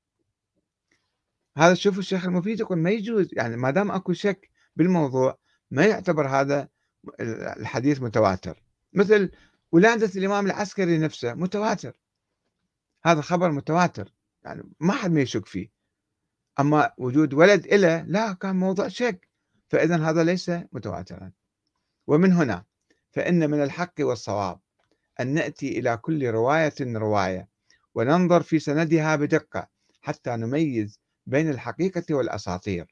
هذا شوفوا الشيخ المفيد يقول ما يجوز، يعني ما دام اكو شك بالموضوع ما يعتبر هذا الحديث متواتر. مثل ولادة الإمام العسكري نفسه متواتر، هذا خبر متواتر، يعني ما حد ما يشك فيه. أما وجود ولد إله لا، كان موضوع شك، فإذا هذا ليس متواترا. ومن هنا فإن من الحق والصواب أن نأتي إلى كل رواية رواية وننظر في سندها بدقة حتى نميز بين الحقيقة والأساطير.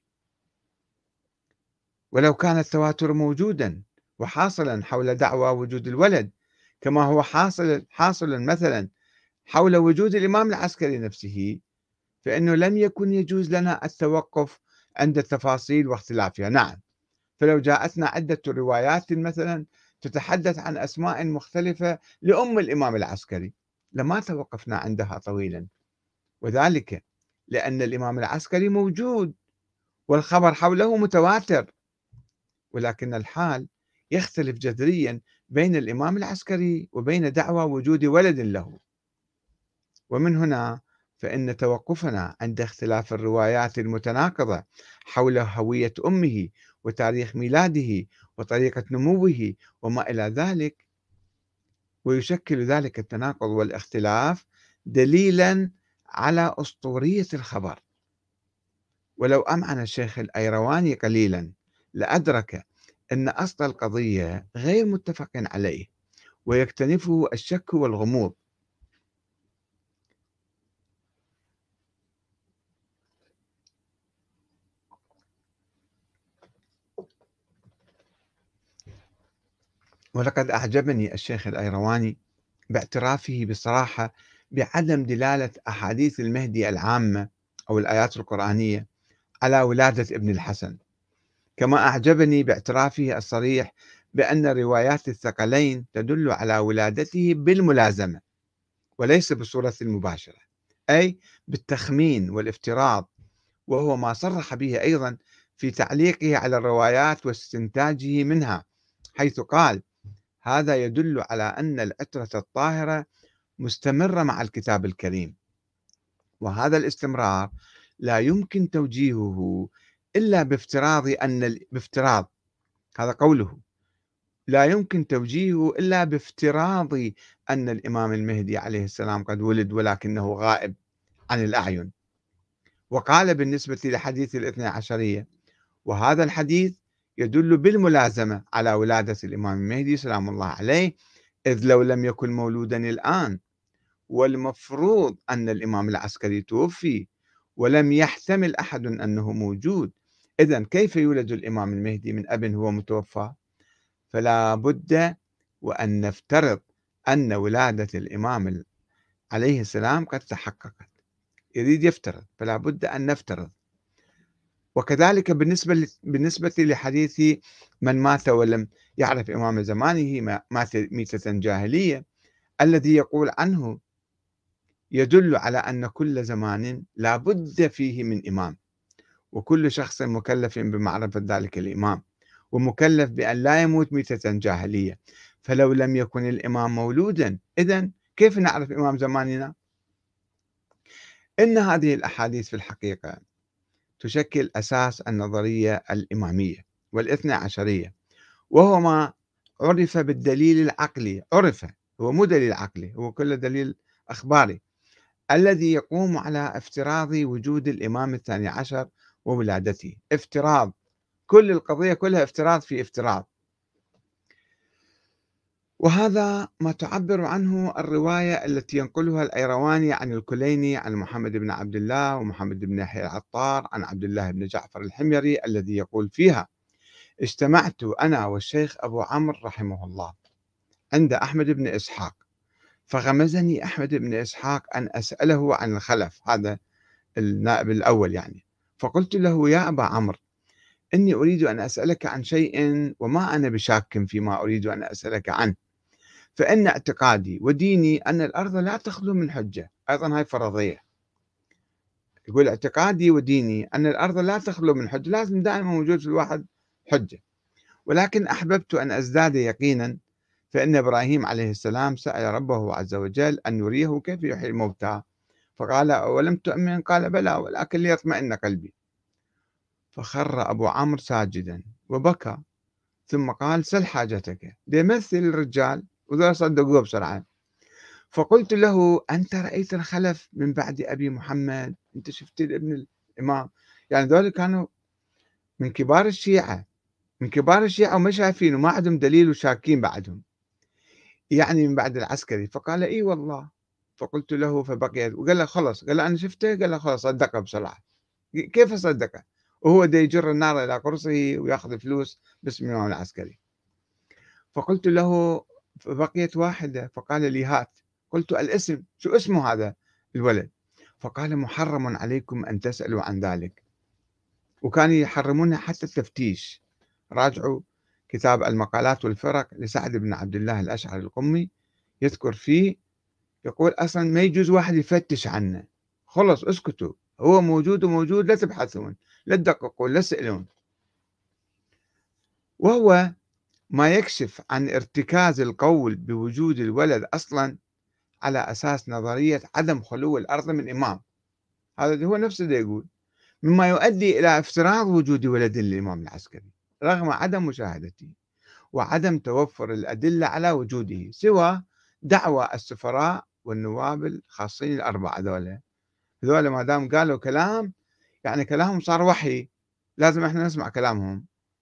ولو كان التواتر موجودا وحاصلا حول دعوى وجود الولد كما هو حاصل حاصل مثلا حول وجود الإمام العسكري نفسه، فإنه لم يكن يجوز لنا التوقف عند التفاصيل واختلافها. نعم، فلو جاءتنا عدة روايات مثلا تتحدث عن أسماء مختلفة لأم الإمام العسكري لما توقفنا عندها طويلا، وذلك لأن الإمام العسكري موجود والخبر حوله متواتر، ولكن الحال يختلف جذريا بين الإمام العسكري وبين دعوى وجود ولد له. ومن هنا فإن توقفنا عند اختلاف الروايات المتناقضة حول هوية أمه وتاريخ ميلاده وطريقة نموه وما إلى ذلك، ويشكل ذلك التناقض والاختلاف دليلا على أسطورية الخبر. ولو أمعن الشيخ الأيرواني قليلا لأدرك أن أصل القضية غير متفق عليه ويكتنفه الشك والغموض. ولقد أعجبني الشيخ الأيرواني باعترافه بصراحة بعدم دلالة أحاديث المهدي العامة أو الآيات القرآنية على ولادة ابن الحسن، كما أعجبني باعترافه الصريح بأن روايات الثقلين تدل على ولادته بالملازمة وليس بصورة مباشرة، أي بالتخمين والافتراض، وهو ما صرح به أيضا في تعليقه على الروايات واستنتاجه منها، حيث قال: هذا يدل على أن العترة الطاهرة مستمرة مع الكتاب الكريم، وهذا الاستمرار لا يمكن توجيهه إلا بافتراض أن بافتراض هذا قوله لا يمكن توجيهه إلا بافتراض أن الإمام المهدي عليه السلام قد ولد ولكنه غائب عن الأعين. وقال بالنسبة لحديث الاثنى عشرية: وهذا الحديث يدل بالملازمة على ولادة الإمام المهدي سلام الله عليه، إذ لو لم يكن مولودا الآن والمفروض أن الإمام العسكري توفي ولم يحتمل أحد أنه موجود، إذن كيف يولد الإمام المهدي من أب هو متوفى؟ فلا بد وأن نفترض أن ولادة الإمام عليه السلام قد تحققت. يريد يفترض، فلا بد أن نفترض. وكذلك بالنسبة بالنسبة لحديث من مات ولم يعرف إمام زمانه مات ميتة جاهلية، الذي يقول عنه يدل على أن كل زمان لا بد فيه من إمام، وكل شخص مكلف بمعرفة ذلك الإمام، ومكلف بأن لا يموت ميتة جاهلية. فلو لم يكن الإمام مولودا، إذن كيف نعرف إمام زماننا؟ إن هذه الأحاديث في الحقيقة تشكل أساس النظرية الإمامية والاثنى عشرية، وهو ما عرف بالدليل العقلي. عرف، هو مو دليل عقلي، هو كله دليل أخباري، الذي يقوم على افتراض وجود الإمام الثاني عشر وولادته. افتراض، كل القضية كلها افتراض في افتراض. وهذا ما تعبر عنه الرواية التي ينقلها الأيرواني عن الكليني عن محمد بن عبد الله ومحمد بن يحيى العطار عن عبد الله بن جعفر الحميري، الذي يقول فيها: اجتمعت أنا والشيخ أبو عمرو رحمه الله عند أحمد بن إسحاق، فغمزني أحمد بن إسحاق أن أسأله عن الخلف، هذا النائب الأول يعني. فقلت له: يا أبا عمرو، إني أريد أن أسألك عن شيء وما أنا بشاك فيما أريد أن أسألك عنه، فإن اعتقادي وديني أن الأرض لا تخلو من حجة. أيضا هاي فرضية. يقول اعتقادي وديني أن الأرض لا تخلو من حجة، لازم دائما موجود في الواحد حجة. ولكن أحببت أن أزداد يقينا، فإن إبراهيم عليه السلام سأل ربه عز وجل أن يريه كيف يحيي الموتى، فقال: ولم تؤمن؟ قال: بلى، ولكن ليطمئن قلبي. فخر أبو عمرو ساجدا وبكى، ثم قال: سل حاجتك. يمثل الرجال وذول صدقوه بسرعة. فقلت له: أنت رأيت الخلف من بعد أبي محمد؟ أنت شفت ابن الإمام؟ يعني ذول كانوا من كبار الشيعة، من كبار الشيعة وما شايفين وما عندهم دليل وشاكين بعدهم، يعني من بعد العسكري. فقال: إي والله. فقلت له فبقيت، وقال له خلص، قال له أنا شفته، قال له خلص صدقه بسرعة. كيف صدقه وهو دا يجر النار إلى قرصه ويأخذ فلوس باسم الإمام العسكري؟ فقلت له فبقيت واحدة، فقال لي: هات. قلت: الاسم، شو اسمه هذا الولد؟ فقال: محرم عليكم أن تسألوا عن ذلك. وكانوا يحرمون حتى التفتيش. راجعوا كتاب المقالات والفرق لسعد بن عبد الله الأشعري القمي، يذكر فيه، يقول أصلا ما يجوز واحد يفتش عنه، خلص اسكتوا، هو موجود وموجود، لا تبحثون، لا تدققون، لا تسألون. وهو ما يكشف عن ارتكاز القول بوجود الولد أصلا على أساس نظرية عدم خلو الأرض من إمام. هذا هو نفسه اللي يقول، مما يؤدي إلى افتراض وجود ولد للإمام العسكري رغم عدم مشاهدته وعدم توفر الأدلة على وجوده، سوى دعوى السفراء والنواب الخاصين الأربعة ذولا. ذولا ما دام قالوا كلام، يعني كلامهم صار وحي، لازم احنا نسمع كلامهم.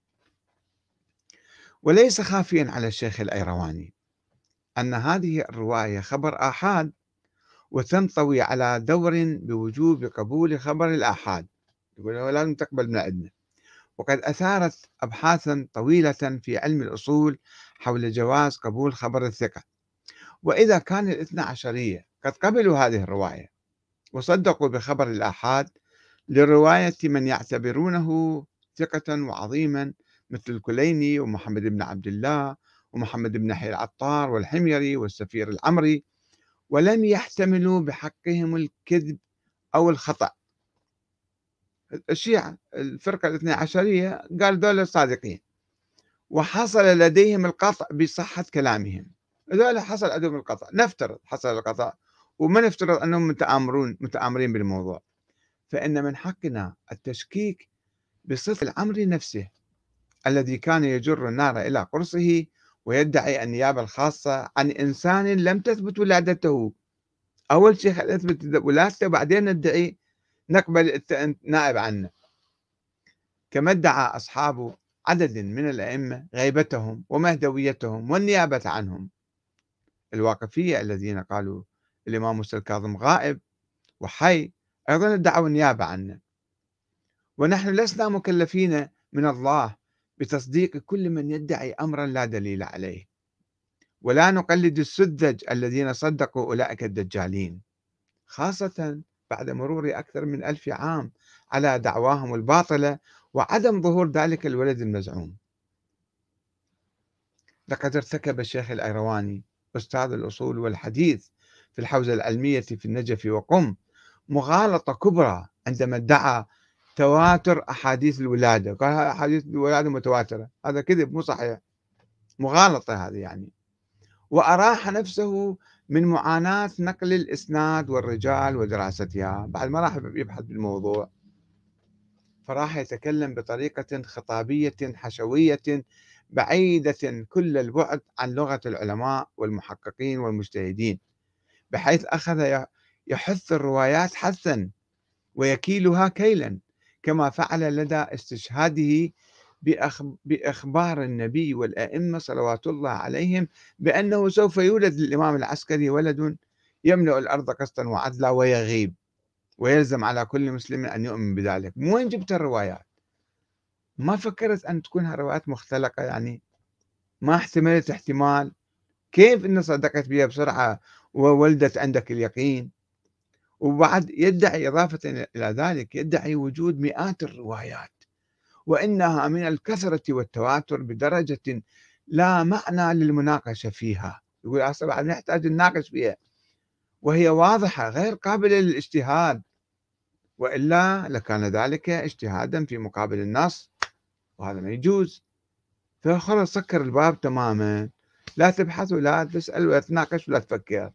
وليس خافيا على الشيخ الأيرواني أن هذه الرواية خبر آحاد، وتنطوي على دور بوجوب قبول خبر الآحاد، يقول لازم تقبل من عندنا. وقد أثارت أبحاثا طويلة في علم الأصول حول جواز قبول خبر الثقة. وإذا كان الاثنى عشرية قد قبلوا هذه الرواية وصدقوا بخبر الآحاد لرواية من يعتبرونه ثقة وعظيما مثل الكليني ومحمد بن عبد الله ومحمد بن يحيى العطار والحميري والسفير العمري، ولم يحتملوا بحقهم الكذب أو الخطأ. الشيعة الفرقة الاثنى عشرية قال دول صادقين، وحصل لديهم القطع بصحة كلامهم. هذول حصل عندهم القطع، نفترض حصل القطع وما نفترض أنهم متآمرون متآمرين بالموضوع، فإن من حقنا التشكيك بصدق العمري نفسه الذي كان يجر النار إلى قرصه ويدعي النيابة الخاصة عن إنسان لم تثبت ولادته. أول شيء نثبت ولادته، بعدين ندعي نقبل نائب عنه، كما ادعى أصحاب عدد من الأئمة غيبتهم ومهدويتهم والنيابة عنهم. الواقفية الذين قالوا الإمام موسى الكاظم غائب وحي أيضا ادعوا النيابة عنه. ونحن لسنا مكلفين من الله بتصديق كل من يدعي أمرا لا دليل عليه، ولا نقلد السذج الذين صدقوا أولئك الدجالين، خاصة بعد مرور أكثر من ألف عام على دعواهم الباطلة وعدم ظهور ذلك الولد المزعوم. لقد ارتكب الشيخ الأيرواني أستاذ الأصول والحديث في الحوزة العلمية في النجف وقم مغالطة كبرى عندما ادعى تواتر أحاديث الولادة، قال هاي أحاديث الولادة متواترة، هذا كذب مو صحيح، مغالطة هذه يعني. وأراح نفسه من معاناة نقل الإسناد والرجال ودراستها، بعد ما راح يبحث بالموضوع فراح يتكلم بطريقة خطابية حشوية بعيدة كل البعد عن لغة العلماء والمحققين والمجتهدين، بحيث أخذ يحث الروايات حثا ويكيلها كيلا، كما فعل لدى استشهاده بإخبار النبي والأئمة صلوات الله عليهم بأنه سوف يولد للإمام العسكري ولد يملأ الأرض قسطا وعدلا ويغيب، ويلزم على كل مسلم أن يؤمن بذلك. من وين جبت الروايات؟ ما فكرت أن تكونها روايات مختلقة يعني؟ ما احتملت احتمال؟ كيف إن صدقت بها بسرعة وولدت عندك اليقين؟ وبعد يدعي إضافة إلى ذلك يدعي وجود مئات الروايات وإنها من الكثرة والتواتر بدرجة لا معنى للمناقشة فيها، يقول أصلا بعد نحتاج نناقش فيها وهي واضحة غير قابلة للاجتهاد، وإلا لكان ذلك اجتهادا في مقابل النص وهذا ما يجوز. فخلاص سكر الباب تماما، لا تبحث ولا تسأل ولا تناقش ولا تفكر.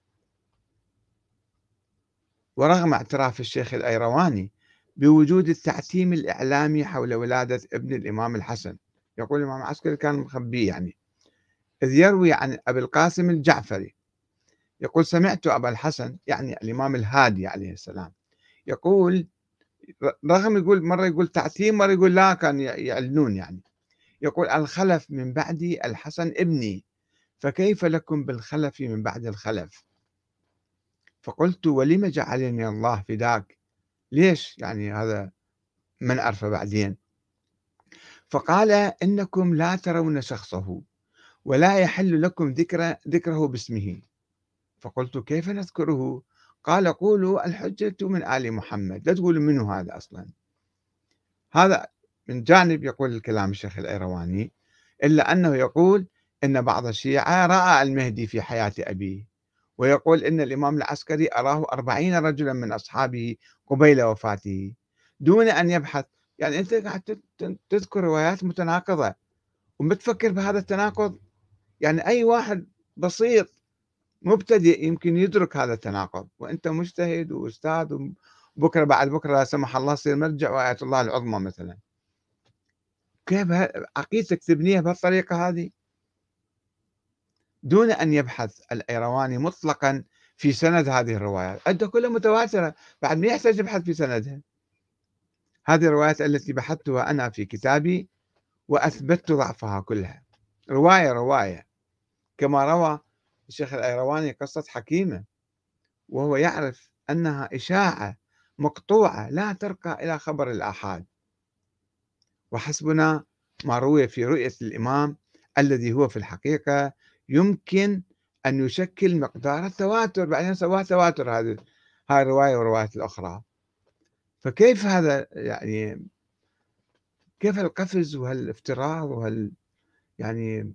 ورغم اعتراف الشيخ الأيرواني بوجود التعتيم الإعلامي حول ولادة ابن الإمام الحسن، يقول الإمام العسكري كان مخبيه يعني، إذ يروي عن أبي القاسم الجعفري يقول سمعت أبا الحسن يعني الإمام الهادي عليه السلام يقول، رغم يقول مرة يقول تعتيم مرة يقول لا كان يعلنون يعني، يقول الخلف من بعدي الحسن ابني فكيف لكم بالخلف من بعد الخلف؟ فقلت ولم جعلني الله فداك، ليش يعني هذا من أعرفه بعدين؟ فقال إنكم لا ترون شخصه ولا يحل لكم ذكر ذكره باسمه. فقلت كيف نذكره؟ قال قولوا الحجة من آل محمد، لا تقولوا منه هذا أصلا. هذا من جانب يقول الكلام الشيخ الأيرواني، إلا أنه يقول إن بعض الشيعة رأى المهدي في حياة أبيه، ويقول إن الإمام العسكري أراه أربعين رجلا من أصحابه قبيل وفاته دون أن يبحث. يعني أنت قاعد تذكر روايات متناقضة ومتفكر بهذا التناقض، يعني أي واحد بسيط مبتدئ يمكن يدرك هذا التناقض، وأنت مجتهد وأستاذ وبكرة بعد بكرة لا سمح الله تصير مرجع وآية الله العظمى مثلا. كيف عقيدتك تبنيها بهالطريقة هذه دون أن يبحث الأيرواني مطلقا في سند هذه الروايات؟ أنت كلها متواترة، بعد ما يحتاج يبحث في سندها. هذه الروايات التي بحثتها أنا في كتابي وأثبتت ضعفها كلها، رواية رواية، كما روى الشيخ الأيرواني قصة حكيمة وهو يعرف أنها إشاعة مقطوعة لا ترقى إلى خبر الآحاد، وحسبنا ما روي في رؤية الإمام الذي هو في الحقيقة يمكن أن يشكل مقدار التواتر، بعدين سواها تواتر هذه هاي الرواية والروايات الأخرى. فكيف هذا يعني، كيف القفز وهالافتراض وهال يعني،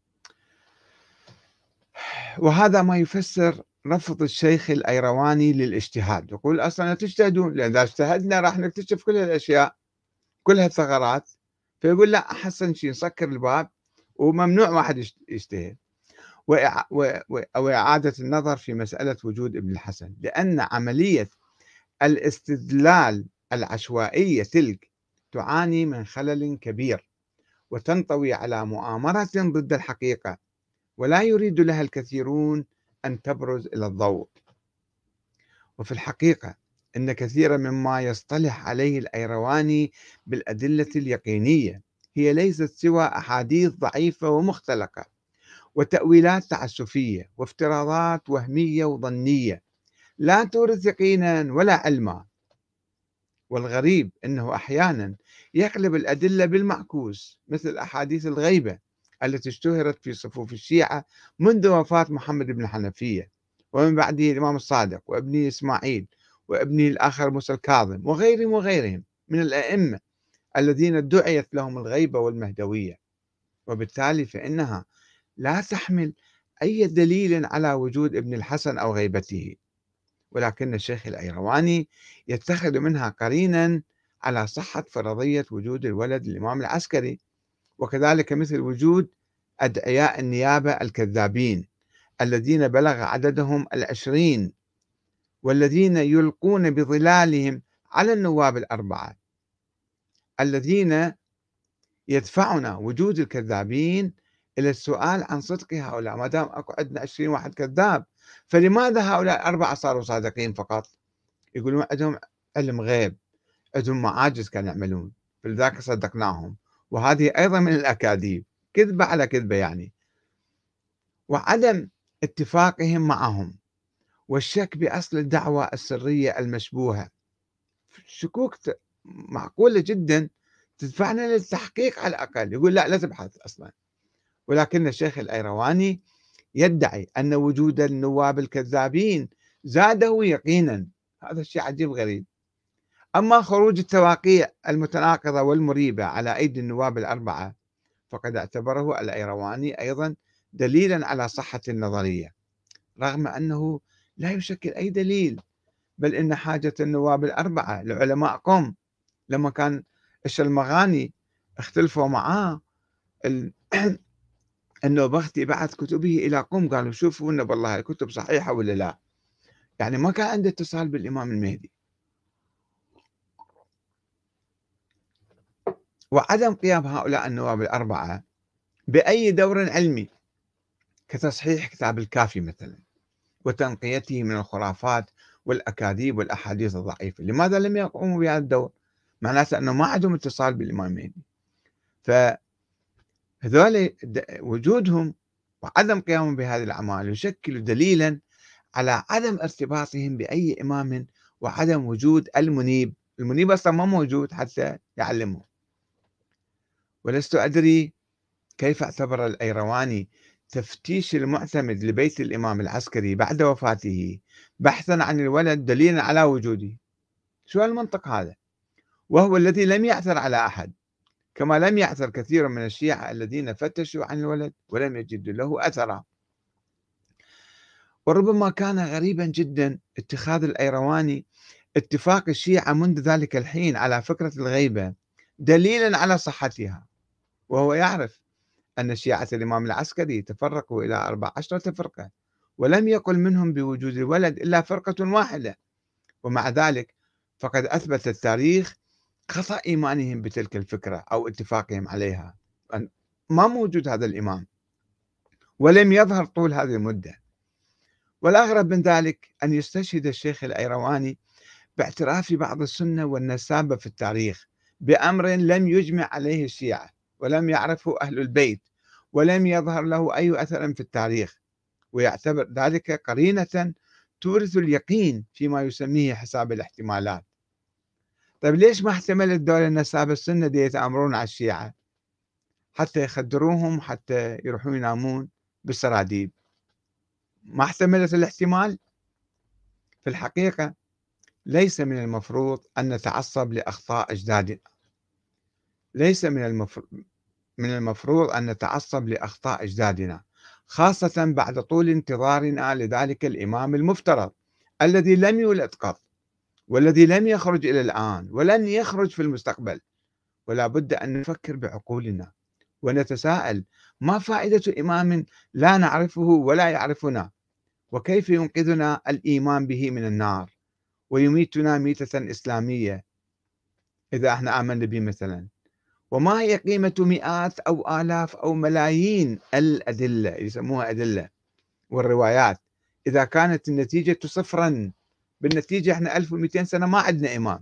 وهذا ما يفسر رفض الشيخ الأيرواني للاجتهاد. يقول أصلا لا تجتهدون، لأن إذا اجتهدنا راح نكتشف كل الأشياء كل هالثغرات، فيقول لا أحسن شيء نسكر الباب وممنوع واحد يجتهد، وإع... و... و... أو إعادة النظر في مسألة وجود ابن الحسن، لأن عملية الاستدلال العشوائية تلك تعاني من خلل كبير وتنطوي على مؤامرة ضد الحقيقة، ولا يريد لها الكثيرون أن تبرز إلى الضوء. وفي الحقيقة أن كثيرا مما يصطلح عليه الأيرواني بالأدلة اليقينية هي ليست سوى أحاديث ضعيفة ومختلقة وتأويلات تعسفية وافتراضات وهمية وظنية لا تورث يقينا ولا علما. والغريب أنه أحيانا يقلب الأدلة بالمعكوس مثل أحاديث الغيبة التي اشتهرت في صفوف الشيعة منذ وفاة محمد بن الحنفية، ومن بعده الإمام الصادق وابنه إسماعيل وابنه الآخر موسى الكاظم وغيرهم وغيرهم من الأئمة الذين ادعيت لهم الغيبة والمهدوية، وبالتالي فإنها لا تحمل أي دليل على وجود ابن الحسن أو غيبته، ولكن الشيخ الأيرواني يتخذ منها قرينا على صحة فرضية وجود الولد للإمام العسكري، وكذلك مثل وجود أدعياء النيابة الكذابين الذين بلغ عددهم العشرين، والذين يلقون بظلالهم على النواب الأربعة الذين يدفعنا وجود الكذابين إلى السؤال عن صدق هؤلاء. ما دام أكو عندنا عشرين واحد كذاب، فلماذا هؤلاء الأربعة صاروا صادقين فقط؟ يقولون عندهم علم غيب، عندهم معاجز كانوا يعملون، فلذلك صدقناهم. وهذه أيضا من الأكاذيب، كذبة على كذبة يعني. وعدم اتفاقهم معهم والشك بأصل الدعوة السرية المشبوهة، شكوك معقولة جدا تدفعنا للتحقيق على الأقل. يقول لا لا تبحث أصلا. ولكن الشيخ الأيرواني يدعي أن وجود النواب الكذابين زاده يقينا. هذا الشيء عجيب غريب. أما خروج التواقيع المتناقضة والمريبة على أيدي النواب الأربعة فقد اعتبره الأيرواني أيضا دليلا على صحة النظرية، رغم أنه لا يشكل أي دليل، بل إن حاجة النواب الأربعة لعلماء قم. لما كان الشلمغاني اختلفوا معاه النوبختي بعث كتبه إلى قم، قالوا شوفوا إن والله الكتب صحيحة ولا لا. يعني ما كان عنده اتصال بالإمام المهدي. وعدم قيام هؤلاء النواب الأربعة بأي دور علمي كتصحيح كتاب الكافي مثلا وتنقيته من الخرافات والأكاذيب والأحاديث الضعيفة، لماذا لم يقوموا بهذا الدور؟ معناته أنه ما عندهم اتصال بالإمام المهدي. فهذول وجودهم وعدم قيامهم بهذه الأعمال يشكل دليلا على عدم ارتباطهم بأي إمام وعدم وجود المنيب. المنيب أصلا ما موجود حتى يعلمه. ولست أدري كيف اعتبر الأيرواني تفتيش المعتمد لبيت الإمام العسكري بعد وفاته بحثا عن الولد دليلا على وجوده. شو المنطق هذا؟ وهو الذي لم يعثر على أحد، كما لم يعثر كثير من الشيعة الذين فتشوا عن الولد ولم يجدوا له أثرا. وربما كان غريبا جدا اتخاذ الأيرواني اتفاق الشيعة منذ ذلك الحين على فكرة الغيبة دليلا على صحتها، وهو يعرف أن شيعة الإمام العسكري تفرقوا إلى أربع عشرة فرقة، ولم يقل منهم بوجود الولد إلا فرقة واحدة. ومع ذلك فقد أثبت التاريخ خطأ إيمانهم بتلك الفكرة أو اتفاقهم عليها، أن ما موجود هذا الإمام ولم يظهر طول هذه المدة. والأغرب من ذلك أن يستشهد الشيخ الأيرواني باعتراف بعض السنة والنسابة في التاريخ بأمر لم يجمع عليه الشيعة ولم يعرفه أهل البيت ولم يظهر له أي أثر في التاريخ، ويعتبر ذلك قرينة تورث اليقين فيما يسميه حساب الاحتمالات. طيب ليش ما احتملت دول النسابة السنة دي يتآمرون على الشيعة حتى يخدروهم حتى يروحون ينامون بالسراديب؟ ما احتملت الاحتمال؟ في الحقيقة ليس من المفروض أن نتعصب لأخطاء أجدادنا، ليس من المفروض من المفروض أن نتعصب لأخطاء أجدادنا، خاصة بعد طول انتظارنا لذلك الإمام المفترض الذي لم يولد قط والذي لم يخرج إلى الآن ولن يخرج في المستقبل. ولا بد أن نفكر بعقولنا ونتساءل ما فائدة إمام لا نعرفه ولا يعرفنا، وكيف ينقذنا الإيمان به من النار ويميتنا ميتة إسلامية إذا احنا آمنا به مثلا؟ وما هي قيمة مئات أو آلاف أو ملايين الأدلة يسموها أدلة والروايات إذا كانت النتيجة صفرا؟ بالنتيجة احنا ألف ومئتين سنة ما عندنا إمام.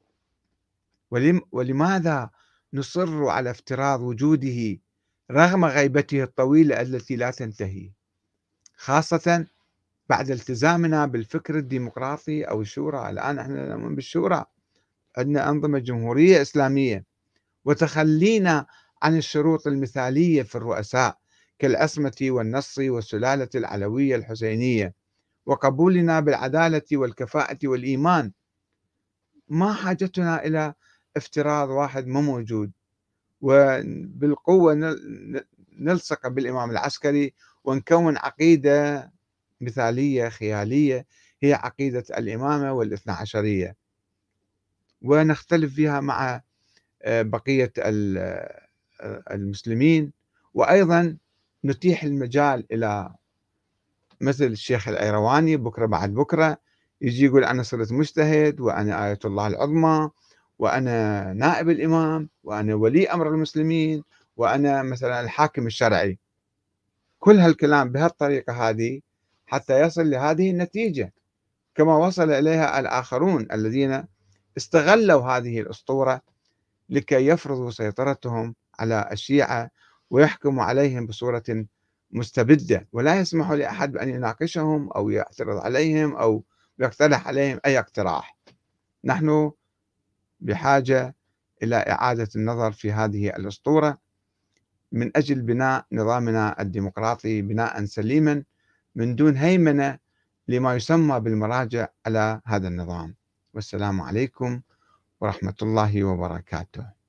ولم ولماذا نصر على افتراض وجوده رغم غيبته الطويلة التي لا تنتهي، خاصة بعد التزامنا بالفكر الديمقراطي أو الشورى؟ الآن احنا نؤمن بالشورى، عندنا أنظمة جمهورية إسلامية، وتخلينا عن الشروط المثالية في الرؤساء كالأسمة والنصي والسلالة العلوية الحسينية، وقبولنا بالعدالة والكفاءة والإيمان. ما حاجتنا إلى افتراض واحد مو موجود وبالقوة نلصق بالإمام العسكري ونكون عقيدة مثالية خيالية هي عقيدة الإمامة والاثنى عشرية، ونختلف فيها مع بقية المسلمين، وأيضا نتيح المجال إلى مثل الشيخ الأيرواني بكرة بعد بكرة يجي يقول أنا صرت مجتهد وأنا آية الله العظمى وأنا نائب الإمام وأنا ولي أمر المسلمين وأنا مثلا الحاكم الشرعي. كل هالكلام بهالطريقة هذه حتى يصل لهذه النتيجة، كما وصل إليها الآخرون الذين استغلوا هذه الأسطورة لكي يفرضوا سيطرتهم على الشيعة ويحكموا عليهم بصورة مستبدة، ولا يسمحوا لأحد بأن يناقشهم أو يعترض عليهم أو يقترح عليهم أي اقتراح. نحن بحاجة إلى إعادة النظر في هذه الأسطورة من أجل بناء نظامنا الديمقراطي بناء سليما من دون هيمنة لما يسمى بالمراجع على هذا النظام. والسلام عليكم ورحمة الله وبركاته.